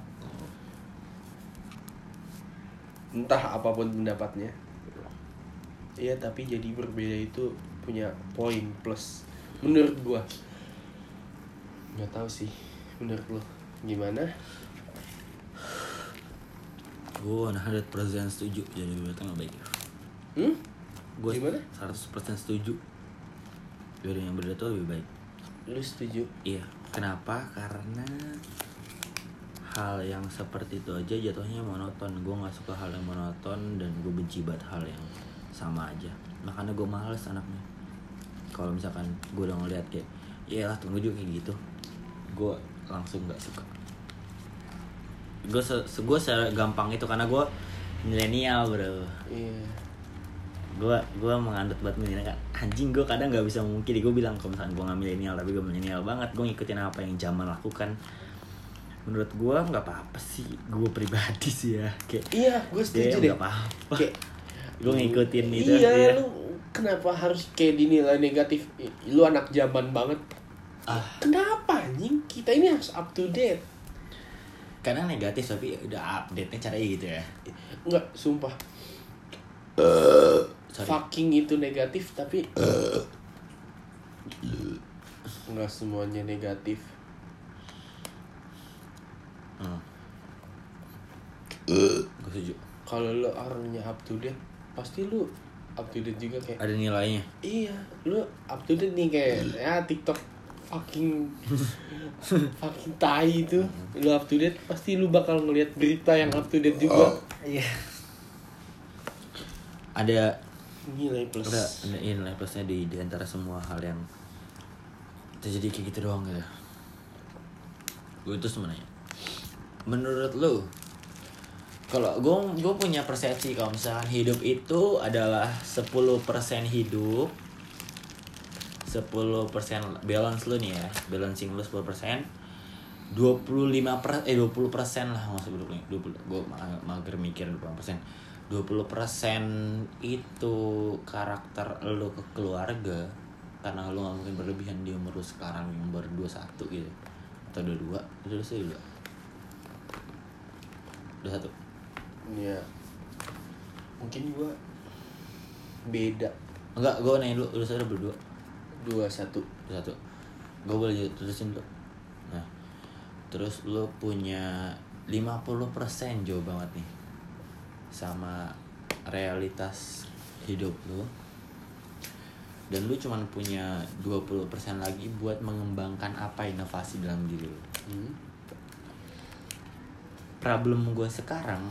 Entah apapun pendapatnya. Iya, tapi jadi berbeda itu punya poin plus menurut gua. Nggak tahu sih menurut lu gimana? Gue seratus persen setuju jadi gue tengah baik. Hmm? Gue Gimana? seratus persen setuju. Jadi yang berbeda tuh lebih baik. Lu setuju? Iya. Kenapa? Karena hal yang seperti itu aja jatuhnya monoton. Gue nggak suka hal yang monoton dan gue benci banget hal yang sama aja. Makanya gue males anaknya. Kalau misalkan gue udah ngeliat kayak, iyalah tunggu juga kayak gitu, gue langsung nggak suka. Gue se, se gue segampang itu karena gue milenial bro. Iya. gue gue menganut buat milenial kan anjing. Gue kadang nggak bisa mungkin gue bilang kalau misalkan gue nggak milenial tapi gue milenial banget. Gue ngikutin apa yang zaman lakukan. Menurut gue nggak apa-apa sih, gue pribadi sih ya kayak Iya, gue setuju dia deh. nggak apa-apa. Kayak Gue ngikutin itu. iya, dia. lu kenapa harus kayak dinilai negatif? Lu anak zaman banget. Ah. Kenapa anjing? Kita ini harus up to date. Kadang negatif tapi udah update nya caranya gitu ya. Enggak, sumpah. Sorry Sorry. fucking itu negatif tapi nggak semuanya negatif. hmm. Gue setuju. Kalau lo orangnya up to date pasti lu up to date juga kayak Ada nilainya. iya lu up to date nih kayak ya TikTok fucking fucking tai itu lu up to date pasti lu bakal ngelihat berita yang up to date juga. Iya. Ada Nilai plus. ada ada nilai plusnya di di antara semua hal yang terjadi kayak gitu doang gitu. Gue itu sebenarnya. Menurut lu, kalau gue gue punya persepsi kalau misalkan hidup itu adalah sepuluh persen hidup, sepuluh persen balance lu nih ya, balancing lu sepuluh persen, dua puluh lima persen eh dua puluh persen lah maksud gue dua puluh gue mager mikir dua puluh persen. dua puluh persen itu karakter lu ke keluarga karena lu gak mungkin berlebihan di umur lu sekarang yang baru dua puluh satu gitu atau dua puluh dua, itu dua puluh dua. dua puluh satu. Ya. Mungkin gua beda. Enggak, gue nanya dulu, lu sudah berdua. dua puluh satu. dua puluh satu. Gue boleh terusin dulu. Nah, terus lu punya lima puluh persen jauh banget nih sama realitas hidup lu. Dan lu cuma punya dua puluh persen lagi buat mengembangkan apa inovasi dalam diri lu. Hmm. Problem gue sekarang,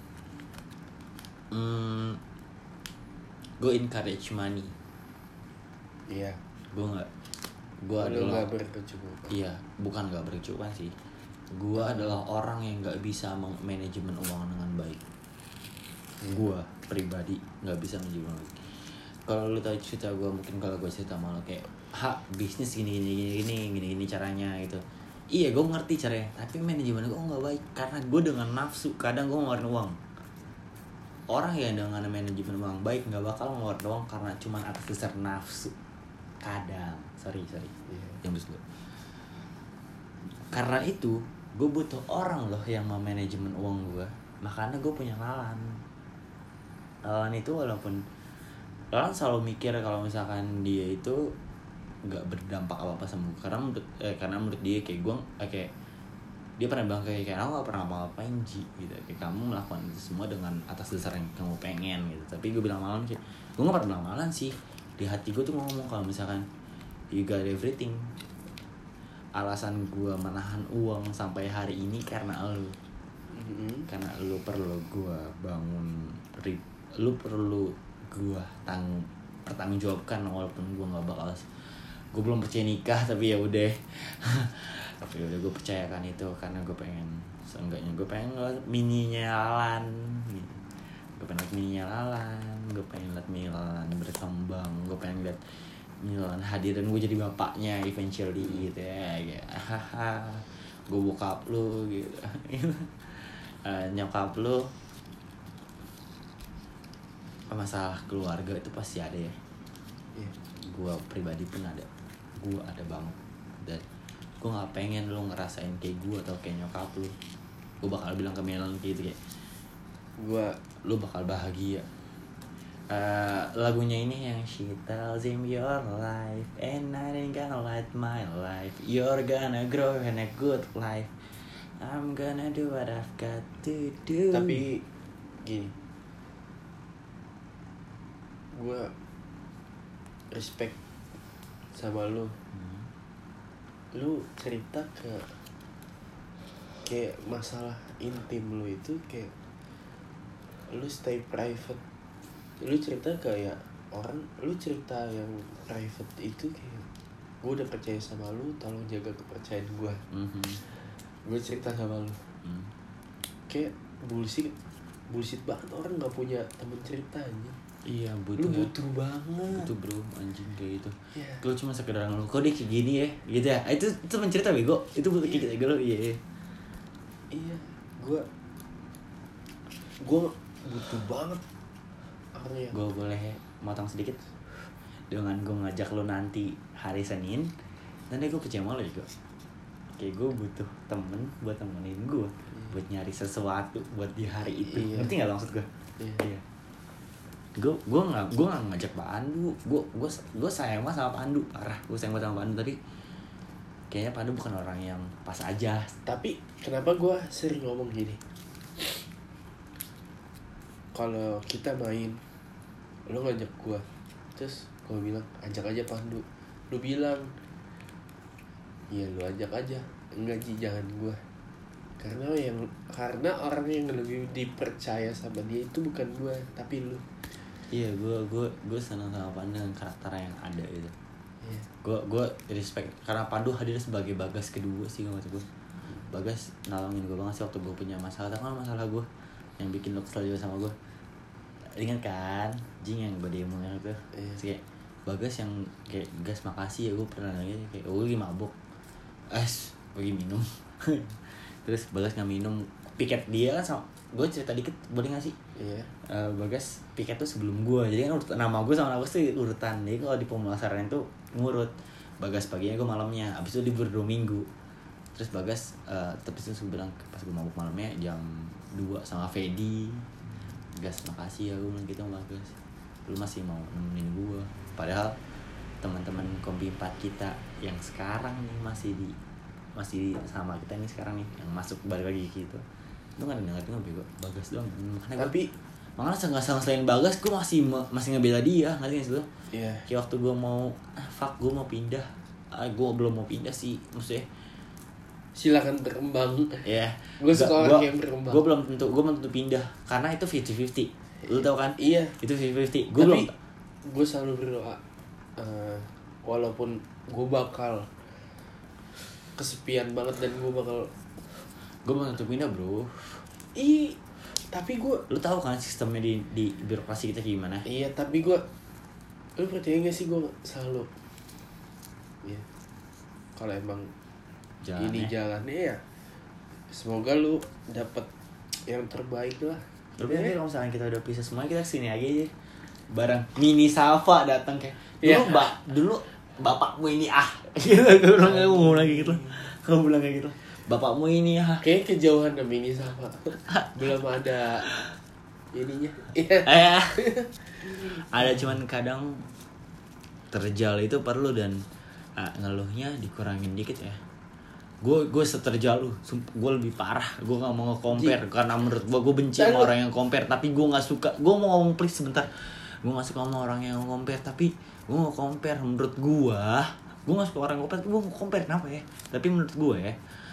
hmm, gue encourage money. Iya. Gue nggak, gue Lu adalah nggak berkecukupan. iya, bukan nggak berkecukupan sih. Gue adalah orang yang nggak bisa manajemen uang dengan baik. Gue pribadi nggak bisa manajemen uang. Kalau lu tahu cerita gue, mungkin kalau gue cerita malu kayak, ha bisnis gini gini gini gini gini gini caranya gitu. Iya, gue ngerti caranya, tapi manajemen gue nggak baik karena gue dengan nafsu. Kadang gue ngeluarin uang. Orang yang dengan manajemen uang baik nggak bakal ngeluarin uang karena cuma atas dasar nafsu. Kadang, sorry sorry, Yeah. yang dulu. Karena itu, gue butuh orang loh yang mau manajemen uang gue. Makanya gue punya Lalan. Lalan itu walaupun Lalan selalu mikir kalau misalkan dia itu nggak berdampak apa apa sama gue, karena menurut eh, karena menurut dia kayak gue eh, kayak dia pernah bilang kayak kayak aku nggak pernah ngapa-ngapain Ji gitu, kayak kamu melakukan itu semua dengan atas dasar yang kamu pengen gitu. Tapi gue bilang Lalan kayak gue nggak pernah bilang Lalan sih, di hati gue tuh ngomong kalau misalkan you got everything. Alasan gue menahan uang sampai hari ini karena lu, Mm-hmm. karena lu perlu gue bangun, lu perlu gue tang pertanggungjawabkan walaupun gue nggak bakal, gue belum percaya nikah tapi ya udah tapi udah gue percayakan itu karena gue pengen, seenggaknya gue pengen ngeliat mininya Lalan gitu. Gue pengen liat mininya Lalan, gue pengen liat mini Lalan berkembang, gue pengen liat mini Lalan hadir dan gue jadi bapaknya eventually gitu ya, kayak hahaha gue bokap lu gitu. uh, nyokap lu masalah keluarga itu pasti ada ya. Yeah. Gue pribadi pun ada, gue ada banget, dan gue nggak pengen lo ngerasain kayak gue atau kayak nyokap lu. Gue bakal bilang ke Melan kayak gitu, kayak Gua lo bakal bahagia. Uh, lagunya ini yang she tells him your life and I ain't gonna light my life, you're gonna grow in a good life, I'm gonna do what I've got to do. tapi gini, gue respect sama lu. hmm. Lu cerita ke kayak masalah intim lu itu kayak lu stay private. Lu cerita kayak orang, lu cerita yang private itu kayak gue udah percaya sama lu, tolong jaga kepercayaan gue. Mm-hmm. Gue cerita sama lu. Mm. Kayak bullshit, bullshit banget orang nggak punya temen cerita aja. Iya butuh. Lu ya. butuh banget. Itu bro, anjing kayak gitu. Yeah. Gue cuma sekedar ngeluh, kok dia kayak gini ya, gitu ya. Itu itu mencerita bego. Itu butuh kayak gitu gue, iya. Iya, gue gue butuh banget orangnya. Gue boleh motong sedikit dengan gue ngajak lo nanti hari Senin, dan gue percaya sama lo juga. Kayak gue butuh temen buat temenin gue, Iya. buat nyari sesuatu buat di hari itu. Iya. Ngerti nggak lo maksud gue? Iya. Iya. gue gue nggak gue nggak ngajak Pandu, gue gue gue sayang banget sama Pandu, parah gue sayang banget sama Pandu, tapi kayaknya Pandu bukan orang yang pas aja. Tapi kenapa gue sering ngomong gini, kalau kita main lo ngajak gue, terus gue bilang ajak aja Pandu, lu bilang iya lu ajak aja, enggak Ji jangan gue, karena yang karena orang yang lebih dipercaya sama dia itu bukan gue tapi lu. Iya, gue gue gue senang sama Pandu dengan karakter yang ada gitu. Iya. Gue gue respect karena Pandu hadir sebagai Bagas kedua sih, gue maksud gue. Bagas nolongin gue banget sih waktu gue punya masalah, tapi masalah gue yang bikin lo kesel juga sama gue. Ingat kan, Jing yang gue demo yang itu. Iya. Terus kayak Bagas yang kayak gas makasih ya, gue pernah nanya kayak gue lagi mabuk, es gue lagi minum. Terus Bagas nggak minum, piket dia kan sama gue, cerita dikit boleh nggak sih? Iya. Uh, Bagas piket tuh sebelum gue, jadi kan urut, nama gue sama Bagas tuh urutan. Jadi kalau di pemulasaran itu ngurut Bagas paginya, gue malamnya. Abis itu libur dua minggu. Terus Bagas uh, tapi terus gue bilang pas gue mabuk malamnya jam dua sama Fedi, Gas makasih ya, gue bilang gitu sama Bagas, lu masih mau nemenin gue. Padahal teman-teman kompi empat kita yang sekarang nih masih di masih sama kita nih sekarang nih yang masuk balik lagi gitu, lu nggak denger nggak bego Bagas doang. Makanya Tapi gue, makanya nggak salah selain Bagas, gue masih masih ngebela dia, nggak sih itu? iya. Kayak waktu gue mau ah, fuck gue mau pindah, ah, gue belum mau pindah sih, maksudnya Silakan berkembang. ya. Gue suka orang Gua- yang berkembang. Gue belum tentu, gue belum tentu pindah karena itu fifty fifty. Lu tau kan? Iya. Itu fifty fifty. Gue belum. Tapi gue selalu berdoa, uh, walaupun gue bakal kesepian banget dan gue bakal Gue belum tentu pindah bro. ih tapi gue Lu tahu kan sistemnya di di birokrasi kita gimana? iya tapi gue, lu percaya gak sih gue selalu ya kalau emang Jalannya. ini jalannya ya semoga lu dapet yang terbaik lah. Tapi nanti kalau misalnya kita udah pisah semua, kita kesini aja aja bareng Mini Safa datang kayak dulu Iya. mbak dulu bapakmu ini ah gitu. Gue bilang kayak ngomong lagi gitu, kamu bilang kayak gitu, bapakmu ini ah. Kayaknya kejauhan demi ini sama belum ada ininya. Iya. Eh, ada cuman kadang terjal itu perlu dan ah, ngeluhnya dikurangin dikit ya. Gue gue seterjal lu, gue lebih parah. Gue nggak mau nge-compare karena menurut gue gue benci sama orang yang compare. Tapi gue nggak suka. Gue mau ngomong please sebentar. Gue nggak suka sama orang yang compare. Tapi gue mau compare. Menurut gue, gue nggak suka orang yang compare. Gue mau compare kenapa ya? Tapi menurut gue ya,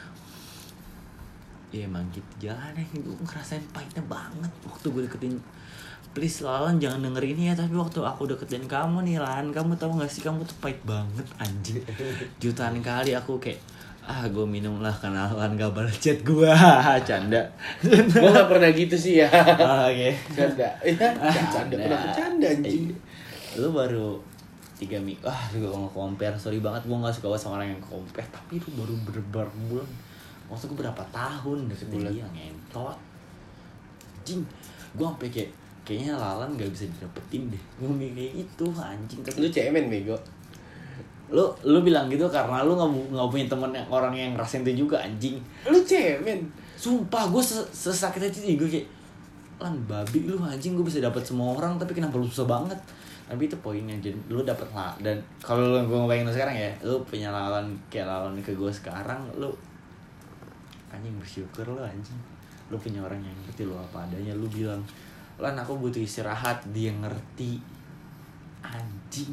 ya emang gitu jalannya. Gue ngerasain pahitnya banget waktu gue deketin. Please Lalan jangan denger ini ya, tapi waktu aku deketin kamu nih Lan, kamu tahu gak sih kamu tuh pahit banget anjing. Jutaan kali aku kayak ah gue minum lah karena Lan gak balas chat gue. Canda. Gue gak pernah gitu sih ya. Ah, oke. Canda. Iya, canda. Pernah bercanda anjing. Lu baru tiga minggu. Ah, lu gak mau compare. Sorry banget gue gak suka banget sama orang yang compare. Tapi lu baru berapa bulan. Maksud gue berapa tahun deketin dia ngentot. Anjing. Gue sampai kayak kayaknya Lalan gak bisa didapetin deh. Gue mikir kayak itu anjing. Tapi Lu cemen bego. lu lu bilang gitu karena lu nggak nggak punya temen yang orang yang ngerasain itu juga anjing. Lu cemen. Sumpah gue ses sesakit itu gue kayak Lan babi lu anjing, gue bisa dapat semua orang tapi kenapa lu susah banget. Tapi itu poinnya, jadi lu dapat lah. Dan kalau lu gue ngebayangin lu sekarang ya, lu punya lawan kayak lawan ke gue sekarang, lu anjing bersyukur lu anjing. Lu punya orang yang ngerti lu apa adanya. Lu bilang Lan aku butuh istirahat, dia ngerti anjing.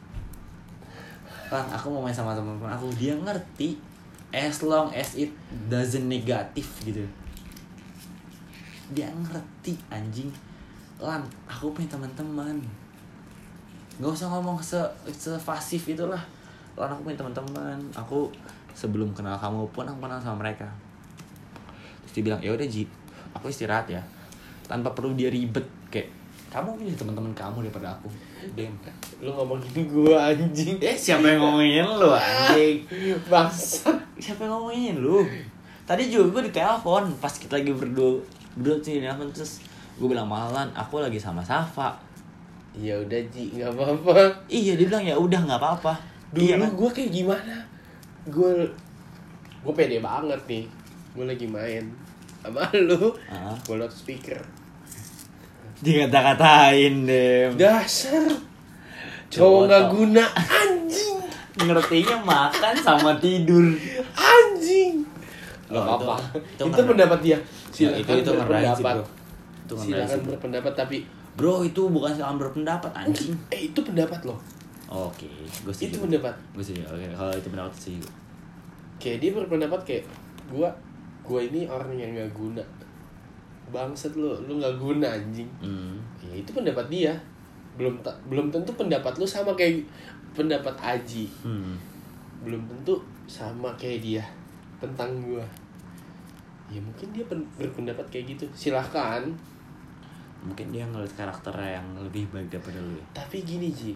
Lan aku mau main sama teman-teman aku, dia ngerti as long as it doesn't negatif gitu, dia ngerti anjing. Lan aku punya teman-teman, nggak usah ngomong se sefasif itulah. Lan aku punya teman-teman, aku sebelum kenal kamu pun aku kenal sama mereka. Terus dia bilang ya udah Ji, aku istirahat ya, tanpa perlu dia ribet kayak kamu pilih teman-teman kamu daripada aku. Dem, Lu ngomongin gua anjing. eh siapa yang ngomongin lu anjing? Bangsat. Siapa yang ngomongin lu? Tadi juga gue ditelepon pas kita lagi berdua berdua sih nelfon, terus gue bilang malan aku lagi sama Safa. Ya udah Ji, nggak apa-apa. Iya dia bilang ya udah nggak apa-apa. Dulu Iya kan? gue kayak gimana? Gue gue pede banget nih. Gue lagi main sama lu. Ah. Gue loudspeaker. Dikata-katain deh. Dasar cowok nggak guna anjing. Ngertinya makan sama tidur. Anjing. Gak Oh, apa-apa. itu- Itu, itu pendapat dia. Silakan Silakan itu, itu ngerai sih, berpendapat. bro. Itu ngerai Silakan sih, bro. berpendapat tapi Bro, itu bukan silakan berpendapat anjing. eh itu pendapat loh. Oke, gue setuju. Itu pendapat. Gue setuju. Oke, kalau itu pendapat setuju. Kayak dia berpendapat kayak gua gua ini orang yang nggak guna. Bangsat lu, lu nggak guna anjing. Hmm. Ya itu pendapat dia. Belum ta- belum tentu pendapat lu sama kayak pendapat Aji. Hmm. Belum tentu sama kayak dia tentang gua. Ya mungkin dia pen- berpendapat kayak gitu. Silahkan. Mungkin dia ngeliat karakter yang lebih baik daripada lu ya. Tapi gini Ji,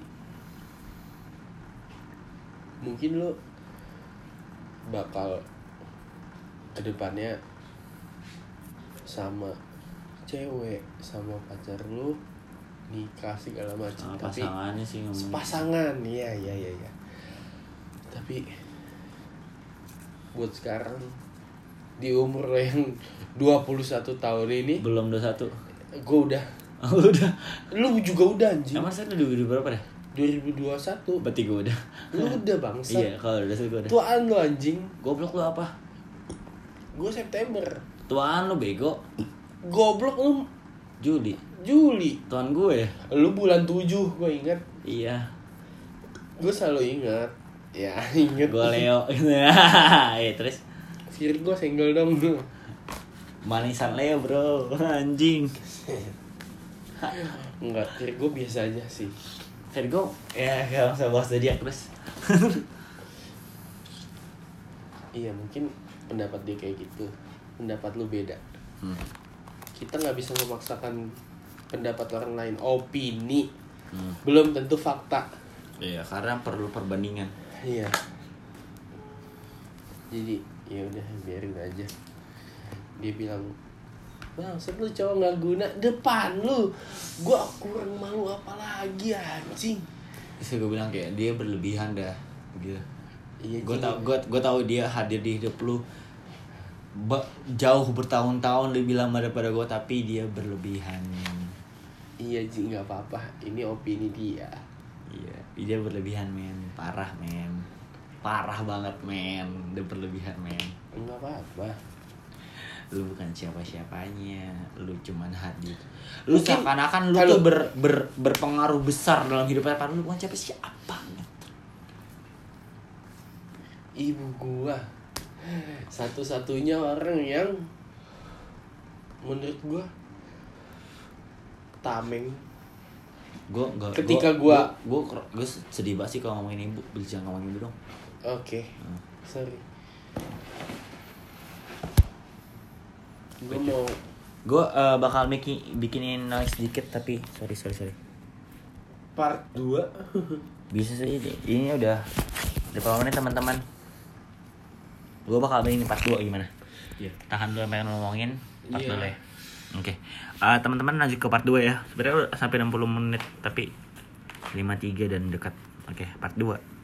mungkin lo bakal kedepannya sama cewek, sama pacar lo nikah segala macam. Sama Tapi pasangannya sih ngomong. pasangan, iya iya iya ya. Tapi buat sekarang di umur lo yang dua puluh satu tahun ini, Belum dua puluh satu. gue udah, Oh, udah. lu juga udah anjing. Emang saya udah dua berapa deh? dua ribu dua puluh satu Berarti gue udah. lu udah bangsa. Iya, kalau udah sih gue udah. Tuaan lu anjing. Goblok lu apa? Gue September. Tuan lu bego. Goblok lu Juli. Juli. Tuan gue. Lu bulan tujuh, gue ingat. Iya. Gue selalu ingat. Ya, inget. Gue Leo. Iya, terus Virgo senggol dong. manisan Leo, bro. Anjing. Enggak, Virgo biasa aja sih. Virgo ya kalau saya bahas zodiak terus. Iya, mungkin pendapat dia kayak gitu. Pendapat lu beda. Hmm. Kita nggak bisa memaksakan pendapat orang lain. Opini. Hmm. Belum tentu fakta. Iya, karena perlu perbandingan. Iya. Jadi ya udah biarin aja. Dia bilang, "Bang, lu cowok nggak guna depan lu. Gua kurang malu apa lagi anjing." Terus gue bilang kayak dia berlebihan dah gitu. Iya, Gue Ji. tau gue gue tau dia hadir di hidup lu ba- jauh bertahun-tahun lebih lama daripada gue, tapi dia berlebihan. Iya Ji, nggak apa-apa. Ini opini dia. Iya, dia berlebihan men, parah men, parah banget men, dia berlebihan men. Nggak apa-apa. Lu bukan siapa-siapanya, lu cuman hadir. Lu Mungkin seakan-akan lu kalau- tuh ber, ber, berpengaruh besar dalam hidupnya, padahal lu bukan siapa-siapa. Ibu gua satu-satunya orang yang menurut gua tameng. Gue gak. Ketika gua- gue gue sedih banget sih kalau ngomongin ibu, jangan ngomongin ibu dong. Oke. Hmm. Sorry. Gua mau Gue uh, bakal bikin bikinin noise dikit, tapi sorry sorry sorry. part dua. Bisa sih, ini udah berapa menit teman-teman. Gue bakal bikin part dua gimana? Iya. Tahan dulu pengen ngomongin part Iya. dulu ya. Oke. Uh, teman-teman lanjut ke part dua ya. Sebenarnya udah sampai enam puluh menit tapi lima puluh tiga dan dekat. Oke, part dua.